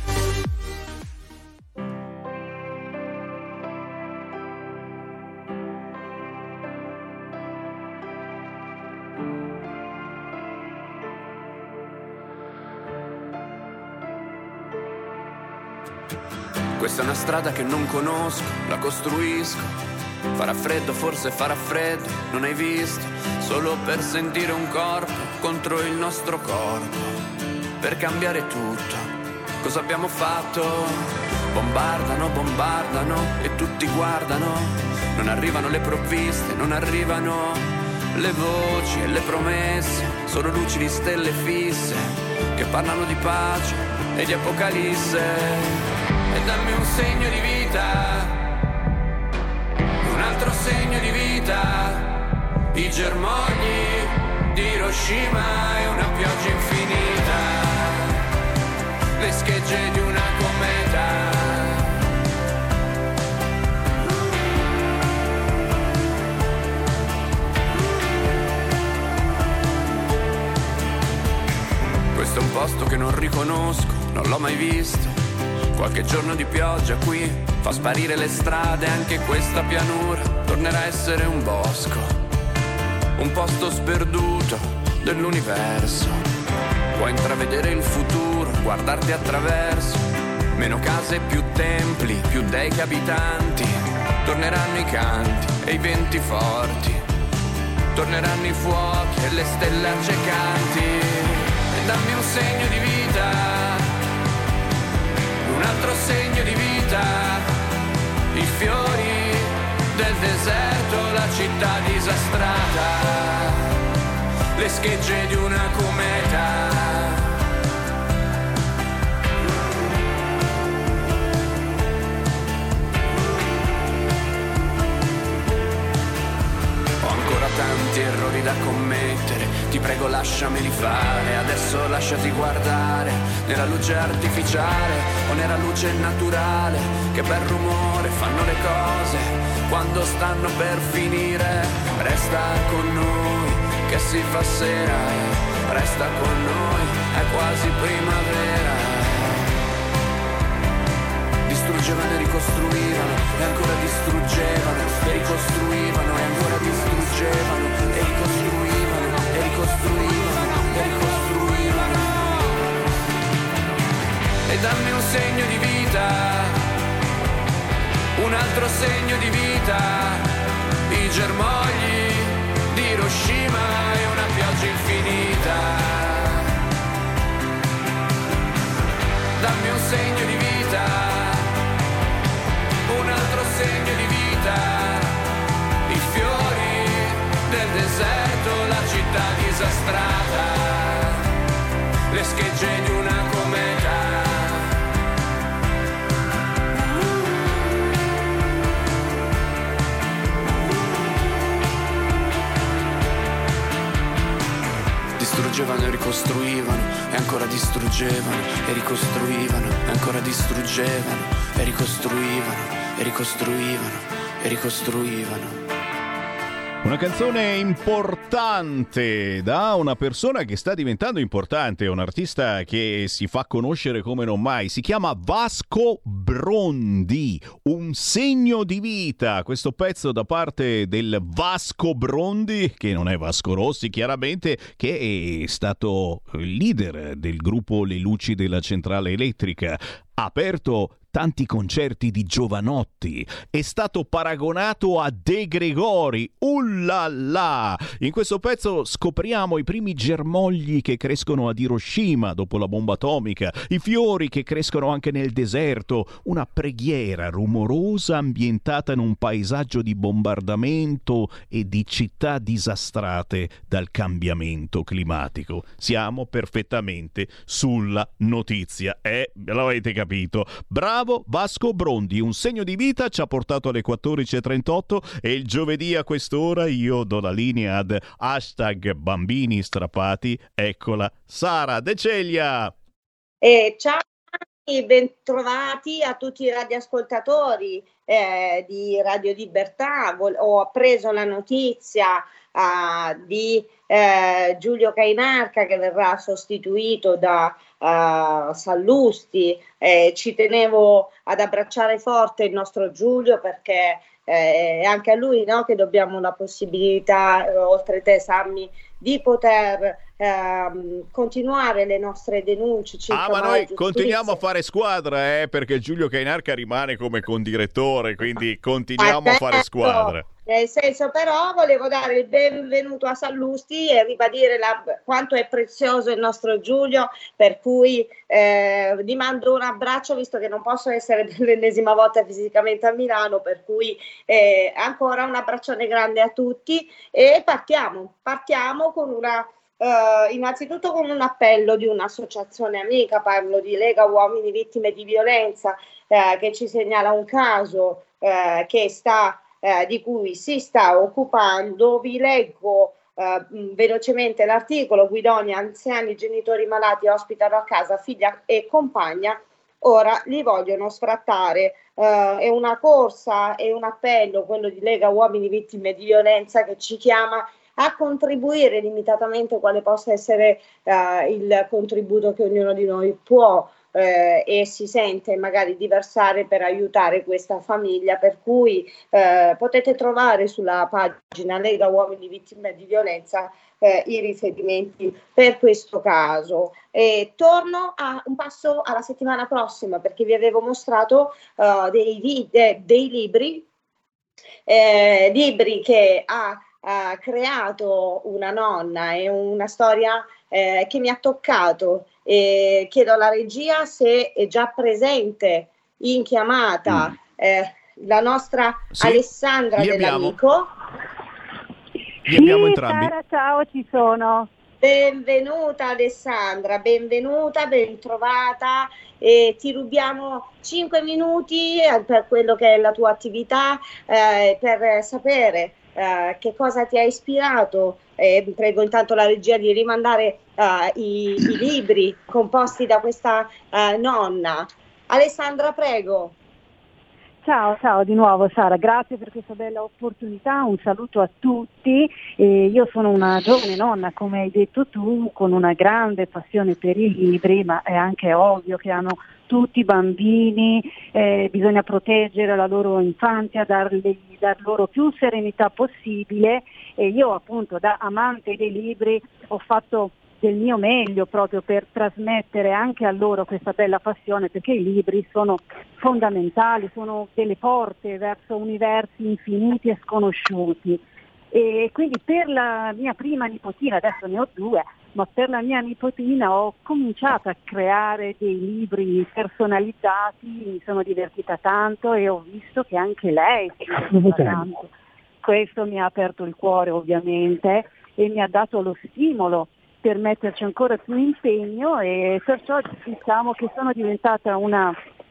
Questa è una strada che non conosco, la costruisco. Farà freddo, forse farà freddo, non hai visto? Solo per sentire un corpo contro il nostro corpo. Per cambiare tutto, cosa abbiamo fatto? Bombardano, bombardano e tutti guardano. Non arrivano le provviste, non arrivano le voci e le promesse. Solo luci di stelle fisse che parlano di pace e di apocalisse. E dammi un segno di vita, un altro segno di vita, i germogli di Hiroshima e una pioggia infinita, le schegge di una cometa. Questo è un posto che non riconosco, non l'ho mai visto. Qualche giorno di pioggia qui fa sparire le strade, anche questa pianura tornerà a essere un bosco, un posto sperduto dell'universo. Puoi intravedere il futuro, guardarti attraverso, meno case, più templi, più dei che abitanti. Torneranno i canti e i venti forti, torneranno i fuochi e le stelle accecanti. E dammi un segno di vita, un altro segno di vita, i fiori del deserto, la città disastrata, le schegge di una cometa. Ho ancora tanti errori da commettere, ti prego lasciameli fare, adesso lasciati guardare, nella luce artificiale o nella luce naturale, che bel rumore fanno le cose quando stanno per finire. Resta con noi che si fa sera, resta con noi, è quasi primavera. Distruggevano e ricostruivano, e ancora distruggevano, e ricostruivano, e ancora distruggevano, e ricostruivano, e ricostruivano, e ricostruivano. E dammi un segno di vita, un altro segno di vita, i germogli di Hiroshima e una pioggia infinita. Dammi un segno di vita, un altro segno di vita, i fiori del deserto, la città disastrata, le schegge di una cometa. Distruggevano e ricostruivano e ancora distruggevano e ricostruivano e ancora distruggevano e ricostruivano e ricostruivano e ricostruivano. Una canzone importante da una persona che sta diventando importante, un artista che si fa conoscere come non mai, si chiama Vasco Brondi, Un segno di vita, questo pezzo da parte del Vasco Brondi, che non è Vasco Rossi chiaramente, che è stato leader del gruppo Le Luci della Centrale Elettrica, ha aperto tanti concerti di Giovanotti, è stato paragonato a De Gregori, ullala! In questo pezzo scopriamo i primi germogli che crescono ad Hiroshima dopo la bomba atomica, i fiori che crescono anche nel deserto, una preghiera rumorosa ambientata in un paesaggio di bombardamento e di città disastrate dal cambiamento climatico. Siamo perfettamente sulla notizia, eh? L'avete capito? Bravo Vasco Brondi, un segno di vita, ci ha portato alle quattordici e trentotto e il giovedì a quest'ora io do la linea ad hashtag bambini strappati. Eccola, Sara De Ceglia. Eh, ciao, bentrovati a tutti i radioascoltatori eh, di Radio Libertà. Vol- ho appreso la notizia uh, di eh, Giulio Cainarca che verrà sostituito da Uh, Sallusti. Eh, ci tenevo ad abbracciare forte il nostro Giulio perché eh, è anche a lui, no, che dobbiamo la possibilità, eh, oltre te Sammy, di poter eh, continuare le nostre denunce. Ah, ma noi continuiamo a fare squadra, eh, perché Giulio Cainarca rimane come condirettore, quindi continuiamo a fare squadra. Nel senso, però, volevo dare il benvenuto a Sallusti e ribadire la, quanto è prezioso il nostro Giulio, per cui eh, gli mando un abbraccio, visto che non posso essere per l'ennesima volta fisicamente a Milano, per cui eh, ancora un abbraccione grande a tutti e partiamo, partiamo con una... Uh, innanzitutto con un appello di un'associazione amica, parlo di Lega Uomini Vittime di Violenza, uh, che ci segnala un caso uh, che sta, uh, di cui si sta occupando. Vi leggo uh, velocemente l'articolo. Guidonia, anziani genitori malati ospitano a casa figlia e compagna, ora li vogliono sfrattare. Uh, è una corsa, è un appello, quello di Lega Uomini Vittime di Violenza, che ci chiama a contribuire limitatamente, quale possa essere uh, il contributo che ognuno di noi può uh, e si sente magari di versare per aiutare questa famiglia, per cui uh, potete trovare sulla pagina Lega Uomini Vittime di Violenza uh, i riferimenti per questo caso. E torno a un passo alla settimana prossima, perché vi avevo mostrato uh, dei, vi- de- dei libri, eh, libri che ha ha creato una nonna, è una storia eh, che mi ha toccato, e chiedo alla regia se è già presente in chiamata mm. eh, la nostra sì, Alessandra Dell'Amico. Li abbiamo entrambi. Sara, ciao, ci sono. Benvenuta Alessandra, benvenuta, ben trovata, e ti rubiamo cinque minuti per quello che è la tua attività, eh, per sapere Uh, che cosa ti ha ispirato. Eh, prego intanto la regia di rimandare uh, i, i libri composti da questa uh, nonna. Alessandra, prego. Ciao, ciao di nuovo Sara, grazie per questa bella opportunità, un saluto a tutti. Eh, io sono una giovane nonna, come hai detto tu, con una grande passione per i libri, ma è anche ovvio che hanno tutti i bambini, eh, bisogna proteggere la loro infanzia, dargli, dar loro più serenità possibile, e io appunto da amante dei libri ho fatto del mio meglio proprio per trasmettere anche a loro questa bella passione, perché i libri sono fondamentali, sono delle porte verso universi infiniti e sconosciuti. E quindi per la mia prima nipotina, adesso ne ho due, ma per la mia nipotina ho cominciato a creare dei libri personalizzati, mi sono divertita tanto e ho visto che anche lei si divertiva tanto. Questo mi ha aperto il cuore ovviamente e mi ha dato lo stimolo per metterci ancora più impegno, e perciò diciamo che sono diventata una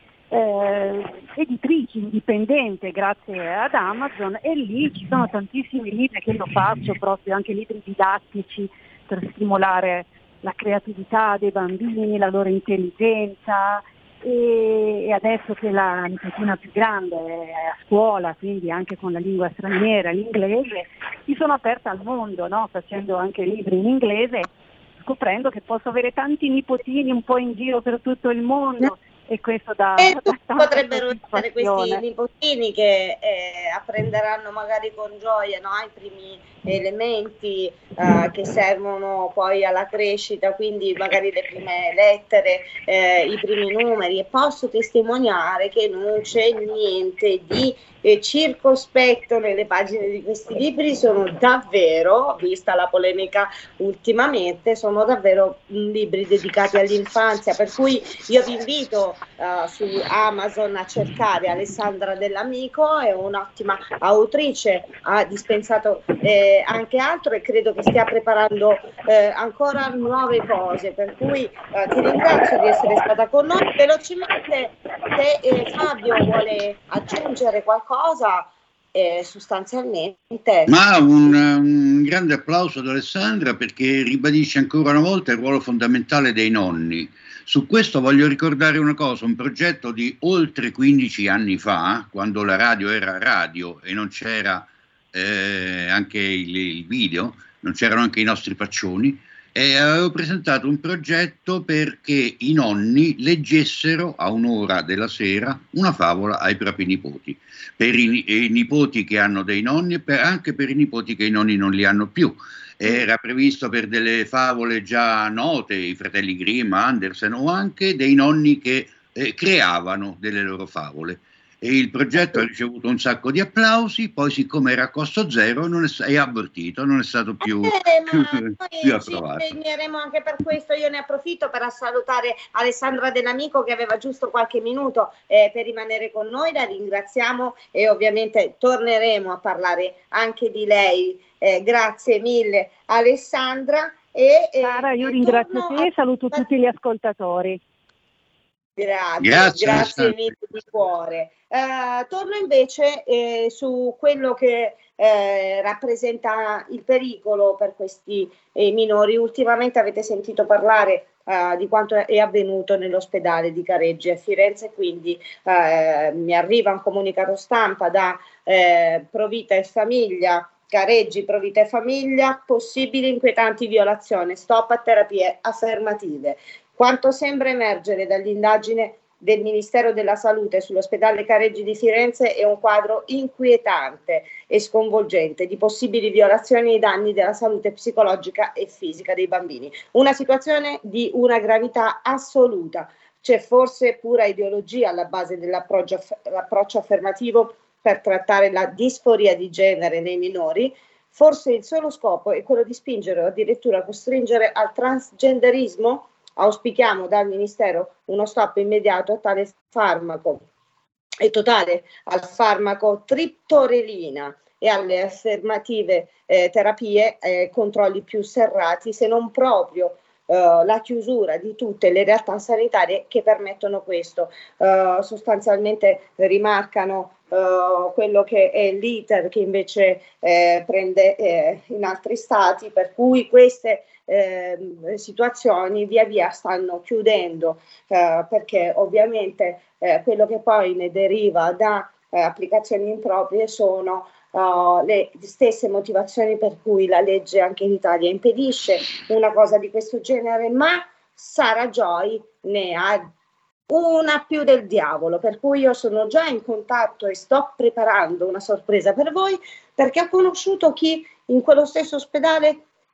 eh, editrice indipendente grazie ad Amazon, e lì ci sono tantissimi libri che io faccio, proprio anche libri didattici per stimolare la creatività dei bambini, la loro intelligenza, e, e adesso che la nipotina più grande è a scuola, quindi anche con la lingua straniera, l'inglese, mi sono aperta al mondo, no? Facendo anche libri in inglese, scoprendo che posso avere tanti nipotini un po' in giro per tutto il mondo, e questo dà, E dà tanta potrebbero essere questi soddisfazione. nipotini che eh, apprenderanno magari con gioia, no, i primi elementi eh, che servono poi alla crescita, quindi magari le prime lettere, eh, i primi numeri, e posso testimoniare che non c'è niente di eh, circospetto nelle pagine di questi libri, sono davvero, vista la polemica ultimamente, sono davvero mh, libri dedicati all'infanzia, per cui io vi invito uh, su Amazon a cercare Alessandra Dell'Amico, è un'ottima autrice, ha dispensato eh, anche altro e credo che stia preparando eh, ancora nuove cose, per cui eh, ti ringrazio di essere stata con noi. Velocemente, se eh, Fabio vuole aggiungere qualcosa, eh, sostanzialmente. Ma un, un grande applauso ad Alessandra, perché ribadisce ancora una volta il ruolo fondamentale dei nonni. Su questo voglio ricordare una cosa, un progetto di oltre quindici anni fa, quando la radio era radio e non c'era eh, anche il, il video, non c'erano anche i nostri faccioni, e avevo presentato un progetto perché i nonni leggessero a un'ora della sera una favola ai propri nipoti, per i, i nipoti che hanno dei nonni e per, anche per i nipoti che i nonni non li hanno più. Era previsto per delle favole già note, i fratelli Grimm, Andersen, o anche dei nonni che eh, creavano delle loro favole. E il progetto ha ricevuto un sacco di applausi, poi siccome era a costo zero non è, è abortito, non è stato più, Eh, più, ma noi più ci approvato. impegneremo anche per questo. Io ne approfitto per salutare Alessandra Dell'Amico, che aveva giusto qualche minuto eh, per rimanere con noi, la ringraziamo e ovviamente torneremo a parlare anche di lei. Eh, grazie mille Alessandra. E, eh, Sara, io ringrazio te e saluto tutti gli ascoltatori. Grazie, Grazie, grazie Alessandra. mille di cuore. Eh, torno invece eh, su quello che eh, rappresenta il pericolo per questi eh, minori. Ultimamente avete sentito parlare eh, di quanto è avvenuto nell'ospedale di Careggi a Firenze, quindi eh, mi arriva un comunicato stampa da eh, Provita e Famiglia, Careggi, Provita e Famiglia, possibili inquietanti violazioni, stop a terapie affermative. Quanto sembra emergere dall'indagine del Ministero della Salute sull'ospedale Careggi di Firenze è un quadro inquietante e sconvolgente di possibili violazioni ai danni della salute psicologica e fisica dei bambini. Una situazione di una gravità assoluta. C'è forse pura ideologia alla base dell'approccio l'approccio affermativo per trattare la disforia di genere nei minori. Forse il solo scopo è quello di spingere o addirittura costringere al transgenderismo. Auspichiamo dal Ministero uno stop immediato a tale farmaco e totale al farmaco triptorelina e alle affermative eh, terapie, eh, controlli più serrati, se non proprio eh, la chiusura di tutte le realtà sanitarie che permettono questo. Eh, sostanzialmente rimarcano Uh, quello che è l'iter che invece eh, prende eh, in altri stati, per cui queste eh, situazioni via via stanno chiudendo, uh, perché ovviamente eh, quello che poi ne deriva da eh, applicazioni improprie sono uh, le stesse motivazioni per cui la legge anche in Italia impedisce una cosa di questo genere, ma Sara Joy ne ha una più del diavolo, per cui io sono già in contatto e sto preparando una sorpresa per voi, perché ho conosciuto chi in quello stesso ospedale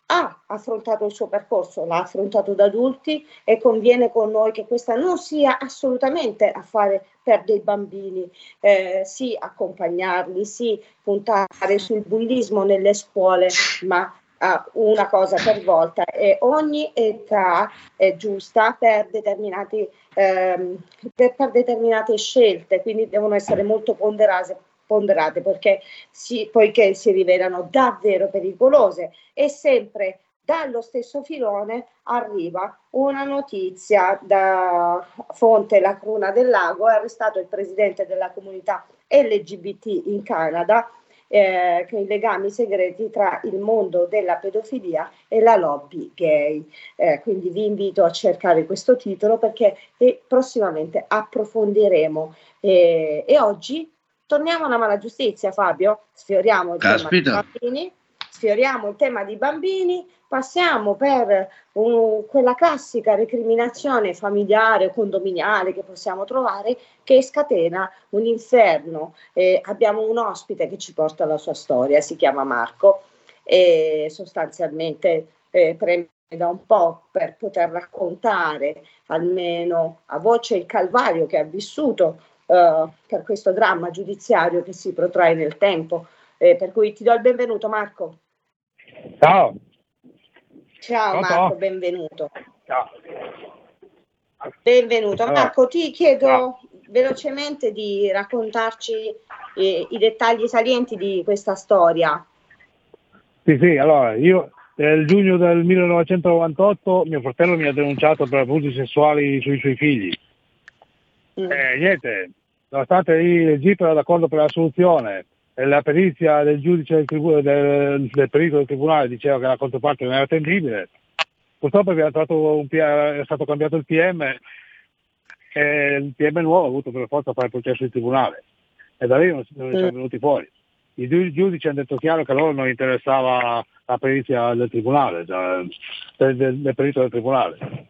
ha affrontato il suo percorso, l'ha affrontato da adulti e conviene con noi che questa non sia assolutamente affare per dei bambini, eh, sì accompagnarli, sì puntare sul bullismo nelle scuole, ma uh, una cosa per volta, e ogni età è giusta per determinati ehm, per, per determinate scelte, quindi devono essere molto ponderate ponderate perché si, poiché si rivelano davvero pericolose. E sempre dallo stesso filone arriva una notizia da fonte La Cruna del Lago: è arrestato il presidente della comunità L G B T in Canada, eh, con i legami segreti tra il mondo della pedofilia e la lobby gay. Eh, quindi vi invito a cercare questo titolo perché eh, prossimamente approfondiremo. Eh, e oggi torniamo alla malagiustizia, Fabio, sfioriamo il Caspita. tema dei bambini, sfioriamo il tema dei bambini, passiamo per un, quella classica recriminazione familiare o condominiale che possiamo trovare, che scatena un inferno. Eh, abbiamo un ospite che ci porta la sua storia, si chiama Marco, e sostanzialmente eh, preme da un po' per poter raccontare almeno a voce il calvario che ha vissuto Uh, per questo dramma giudiziario che si protrae nel tempo, eh, per cui ti do il benvenuto, Marco. Ciao. Ciao Pronto? Marco, benvenuto. Ciao. Benvenuto. Allora, Marco, ti chiedo ciao. velocemente di raccontarci eh, i dettagli salienti di questa storia. Sì, sì, allora io nel giugno del millenovecentonovantotto mio fratello mi ha denunciato per abusi sessuali sui suoi figli. Mm. Eh, niente, nonostante il G I P era d'accordo per la soluzione e la perizia del giudice del, tribu- del, del perito del tribunale diceva che la controparte non era attendibile, purtroppo abbiamo trovato un P- è stato cambiato il P M e il P M nuovo ha avuto per forza fare il processo in tribunale e da lì non, non Mm. siamo venuti fuori. I giu- giudici hanno detto chiaro che a loro non interessava la perizia del tribunale, cioè del, del, del perito del tribunale.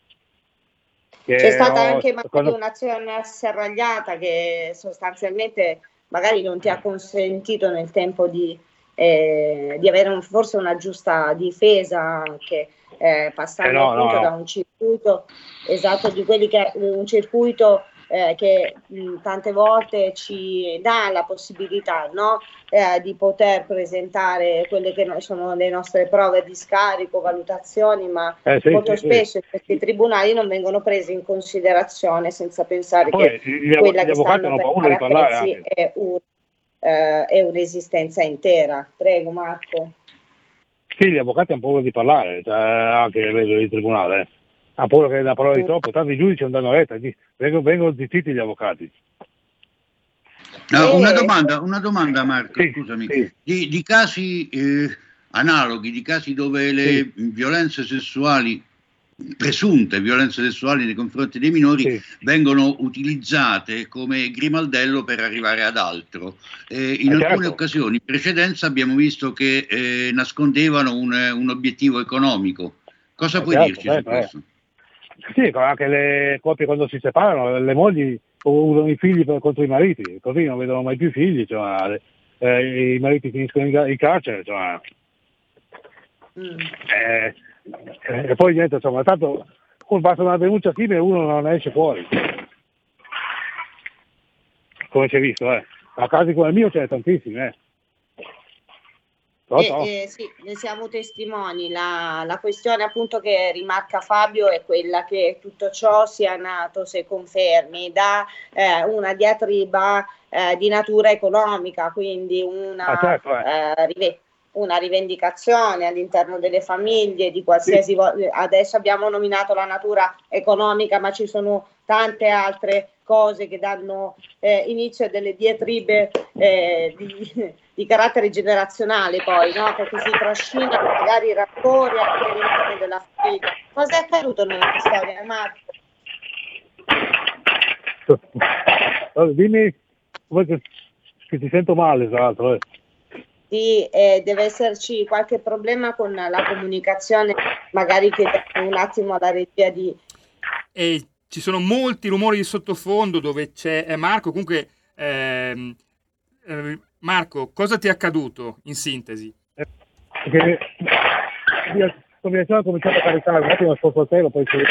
Che C'è stata ho- anche magari quando- un'azione asserragliata che sostanzialmente magari non ti ha consentito nel tempo di, eh, di avere un- forse una giusta difesa, anche eh, passando Eh no, appunto no, no. da un circuito esatto di quelli che un circuito eh, che mh, tante volte ci dà la possibilità, no? eh, di poter presentare quelle che no- sono le nostre prove di scarico, valutazioni, ma Eh, sì, molto sì, sì. spesso questi tribunali non vengono presi in considerazione, senza pensare Poi che gli, av- quella gli che avvocati stanno hanno per paura di fare a parlare pezzi anche. è, un, eh, è un'esistenza intera. Prego Marco. Sì, gli avvocati hanno paura di parlare, cioè, anche a livello di tribunale. Eh. Hanno paura che la parola di troppo, tanto i giudici non danno retta, di- vengono, vengono zittiti gli avvocati. No, Eh, una domanda, una domanda Marco, Sì, scusami. sì. Di, di casi eh, analoghi, di casi dove le Sì. violenze sessuali, presunte violenze sessuali nei confronti dei minori, Sì. vengono utilizzate come grimaldello per arrivare ad altro. Eh, in Eh, alcune certo. occasioni in precedenza abbiamo visto che eh, nascondevano un, un obiettivo economico. Cosa Eh, puoi certo, dirci certo, su eh. questo? Sì, anche le coppie quando si separano, le mogli usano i figli per- contro i mariti, così non vedono mai più figli, cioè, eh, i mariti finiscono in, ga- in carcere, cioè, Mm. eh, eh, e poi niente, insomma, tanto con basta una denuncia simile uno non esce fuori, come si è visto, eh. A casi come il mio ce ne tantissimi, eh. Pronto? Eh, eh, sì, ne siamo testimoni. La, la questione appunto che rimarca Fabio è quella che tutto ciò sia nato, se confermi, da eh, una diatriba eh, di natura economica, quindi una, Ah, certo, eh. eh, rive- una rivendicazione all'interno delle famiglie di qualsiasi vo- adesso abbiamo nominato la natura economica, ma ci sono tante altre cose che danno eh, inizio a delle diatribe eh, di, di carattere generazionale, poi, no? Perché si trascina magari i rapporti anche all'interno della famiglia. Cosa è accaduto nella storia, Marco? Allora, dimmi come che, che ti sento male, tra l'altro. Eh. Sì, eh, deve esserci qualche problema con la comunicazione, magari chiedere un attimo alla regia di... E ci sono molti rumori di sottofondo dove c'è eh, Marco. Comunque, ehm, eh, Marco, cosa ti è accaduto in sintesi? Perché combinazione ha cominciato a caricare un attimo il coltello, poi si...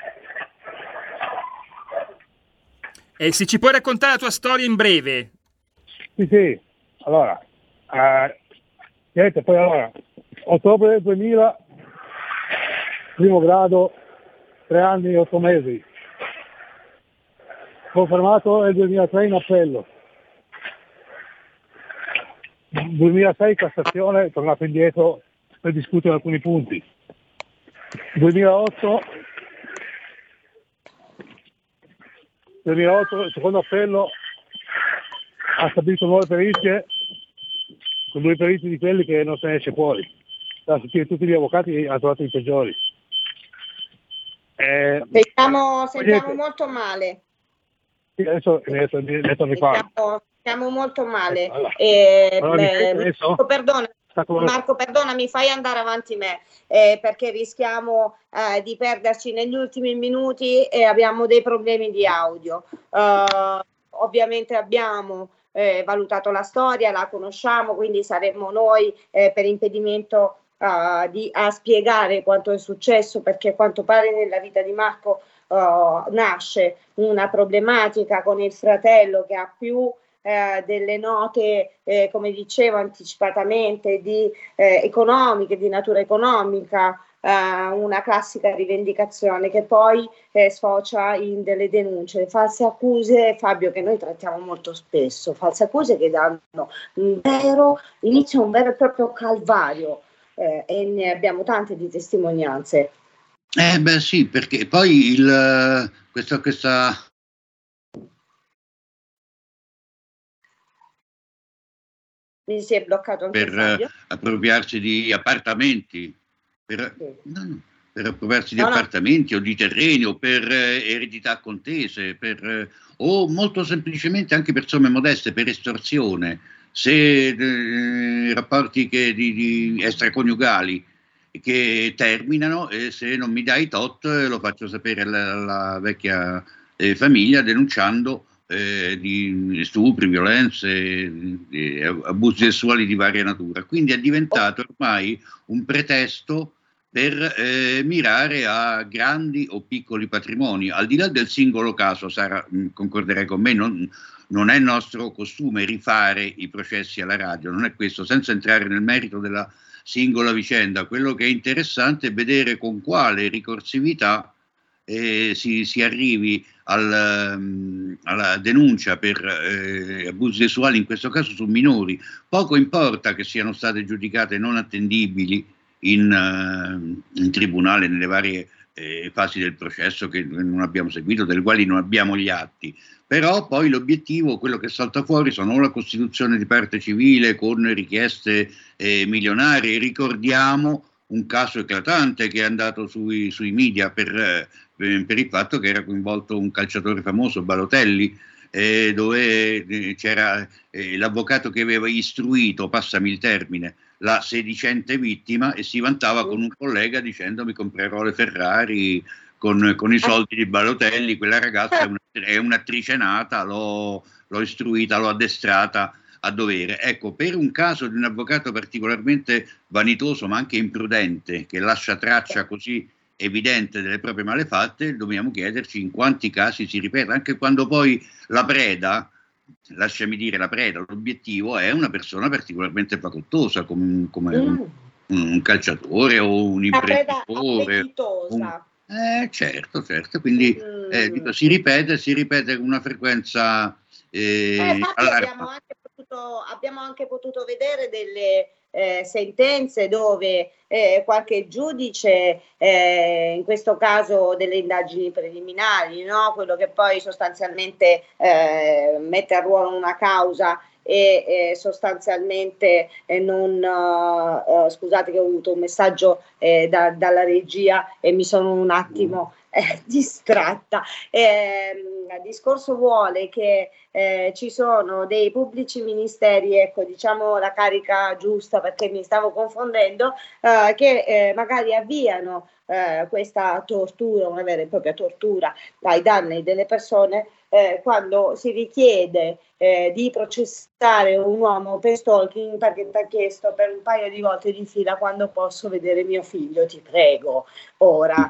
E se ci puoi raccontare la tua storia in breve. Sì, sì, allora, eh, niente, poi allora, ottobre duemila, primo grado, tre anni e otto mesi, confermato nel duemilatré in appello, duemilasei Cassazione, tornato indietro per discutere alcuni punti, duemilaotto, duemilaotto il secondo appello ha stabilito nuove perizie, con due perizie di quelli che non se ne esce fuori. Da sentire tutti gli avvocati ha trovato i peggiori. Eh, sentiamo sentiamo molto male. Sì, adesso adesso, adesso sentiamo, sentiamo molto male. Allora, eh, allora, beh, adesso? Marco, perdona, Marco, perdona, mi fai andare avanti me, eh, perché rischiamo eh, di perderci negli ultimi minuti e abbiamo dei problemi di audio. Uh, ovviamente abbiamo eh, valutato la storia, la conosciamo, quindi saremmo noi eh, per impedimento uh, di, a spiegare quanto è successo, perché a quanto pare nella vita di Marco uh, nasce una problematica con il fratello che ha più Eh, delle note, eh, come dicevo anticipatamente, di eh, economiche, di natura economica, eh, una classica rivendicazione che poi eh, sfocia in delle denunce, false accuse, Fabio, che noi trattiamo molto spesso, false accuse che danno un vero, inizia un vero e proprio calvario, eh, e ne abbiamo tante di testimonianze. Eh beh sì, perché poi il, questa, questa Mi si è bloccato anche per Fabio. appropriarsi di appartamenti, per, Sì. no, no, per appropriarsi di No, no. appartamenti o di terreni o per eh, eredità contese, per, eh, o molto semplicemente anche per somme modeste, per estorsione, se eh, rapporti che, di, di extraconiugali che terminano e se non mi dai tot eh, lo faccio sapere alla, alla vecchia eh, famiglia denunciando eh, di stupri, violenze, eh, abusi sessuali di varia natura. Quindi è diventato ormai un pretesto per eh, mirare a grandi o piccoli patrimoni. Al di là del singolo caso, Sara, mh, concorderai con me, non, non è nostro costume rifare i processi alla radio, non è questo, senza entrare nel merito della singola vicenda. Quello che è interessante è vedere con quale ricorsività eh, si, si arrivi al, um, alla denuncia per eh, abusi sessuali, in questo caso su minori. Poco importa che siano state giudicate non attendibili in, uh, in tribunale nelle varie eh, fasi del processo che non abbiamo seguito, delle quali non abbiamo gli atti, però poi l'obiettivo, quello che salta fuori, sono la costituzione di parte civile con richieste eh, milionarie. Ricordiamo un caso eclatante che è andato sui, sui media per, eh, per il fatto che era coinvolto un calciatore famoso, Balotelli, eh, dove eh, c'era eh, l'avvocato che aveva istruito, passami il termine, la sedicente vittima e si vantava con un collega dicendo mi comprerò le Ferrari con, con i soldi di Balotelli, quella ragazza è, una, è un'attrice nata, l'ho, l'ho istruita, l'ho addestrata a dovere. Ecco, per un caso di un avvocato particolarmente vanitoso ma anche imprudente, che lascia traccia così evidente delle proprie malefatte, dobbiamo chiederci in quanti casi si ripeta, anche quando poi la preda, lasciami dire la preda, l'obiettivo è una persona particolarmente facoltosa, come, come mm. un, un calciatore o un imprenditore. Un, eh, certo, certo, quindi mm. eh, dico, si ripete, si ripete con una frequenza eh, eh, abbiamo, anche potuto, abbiamo anche potuto vedere delle eh, sentenze dove eh, qualche giudice, eh, in questo caso delle indagini preliminari, no? Quello che poi sostanzialmente eh, mette a ruolo una causa e eh, sostanzialmente eh, non uh, uh, scusate che ho avuto un messaggio eh, da, dalla regia e mi sono un attimo eh, distratta. Eh, il discorso vuole che eh, ci sono dei pubblici ministeri, ecco, diciamo la carica giusta perché mi stavo confondendo, eh, che eh, magari avviano eh, questa tortura, una vera e propria tortura ai danni delle persone, eh, quando si richiede eh, di processare un uomo per stalking perché ti ha chiesto per un paio di volte di fila quando posso vedere mio figlio, ti prego, ora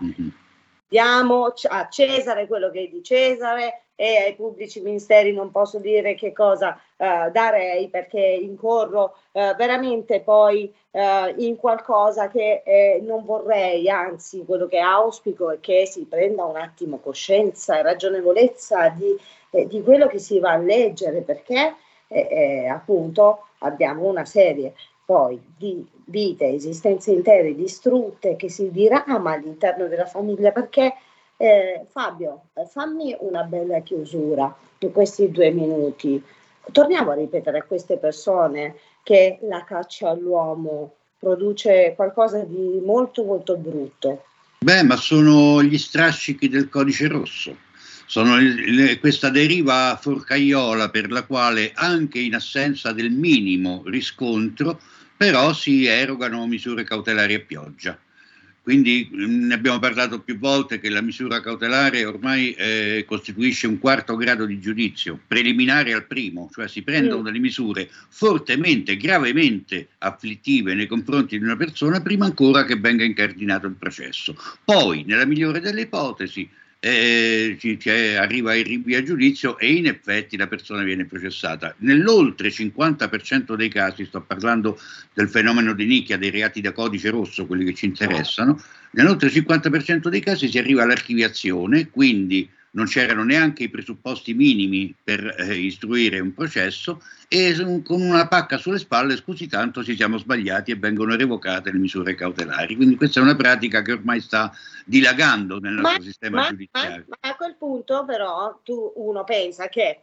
diamo a Cesare quello che è di Cesare e ai pubblici ministeri non posso dire che cosa uh, darei, perché incorro uh, veramente poi uh, in qualcosa che eh, non vorrei, anzi quello che auspico è che si prenda un attimo coscienza e ragionevolezza di, eh, di quello che si va a leggere, perché eh, eh, appunto abbiamo una serie poi di vite, esistenze intere distrutte che si dirama all'interno della famiglia, perché eh, Fabio, fammi una bella chiusura in questi due minuti. Torniamo a ripetere a queste persone che la caccia all'uomo produce qualcosa di molto molto brutto. Beh, ma sono gli strascichi del codice rosso. Sono le, questa deriva forcaiola per la quale anche in assenza del minimo riscontro però si erogano misure cautelari a pioggia. Quindi ne abbiamo parlato più volte che la misura cautelare ormai eh, costituisce un quarto grado di giudizio, preliminare al primo, cioè si prendono delle misure fortemente, gravemente afflittive nei confronti di una persona prima ancora che venga incardinato il processo. Poi, nella migliore delle ipotesi, Eh, ci, ci arriva il rinvio a giudizio e in effetti la persona viene processata. Nell'oltre cinquanta per cento dei casi, sto parlando del fenomeno di nicchia dei reati da codice rosso, quelli che ci interessano, nell'oltre cinquanta per cento dei casi si arriva all'archiviazione, quindi non c'erano neanche i presupposti minimi per eh, istruire un processo e con una pacca sulle spalle, scusi tanto, ci siamo sbagliati e vengono revocate le misure cautelari. Quindi questa è una pratica che ormai sta dilagando nel nostro ma, sistema ma, giudiziario. Ma, ma a quel punto però tu uno pensa che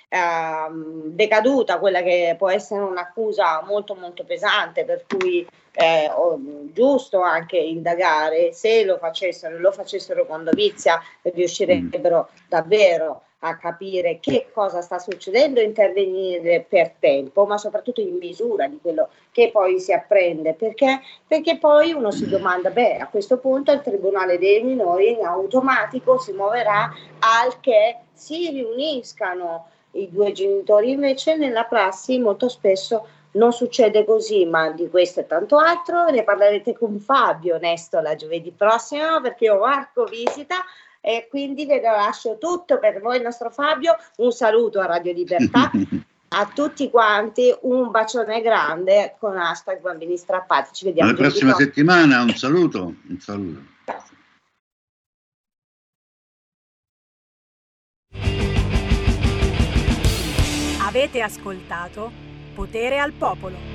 ehm, decaduta quella che può essere un'accusa molto molto pesante, per cui è giusto anche indagare, se lo facessero lo facessero con dovizia, riuscirebbero mm. davvero a capire che cosa sta succedendo, intervenire per tempo, ma soprattutto in misura di quello che poi si apprende, perché perché poi uno si domanda, beh, a questo punto il Tribunale dei minori in automatico si muoverà al che si riuniscano i due genitori. Invece nella prassi molto spesso non succede così, ma di questo e tanto altro ne parlerete con Fabio Nestola giovedì prossimo, perché io Marco visita e quindi ve lo lascio tutto per voi, il nostro Fabio. Un saluto a Radio Libertà, a tutti quanti, un bacione grande con hashtag bambini strappati. Ci vediamo alla prossima settimana, un saluto, un saluto. Avete ascoltato Potere al Popolo.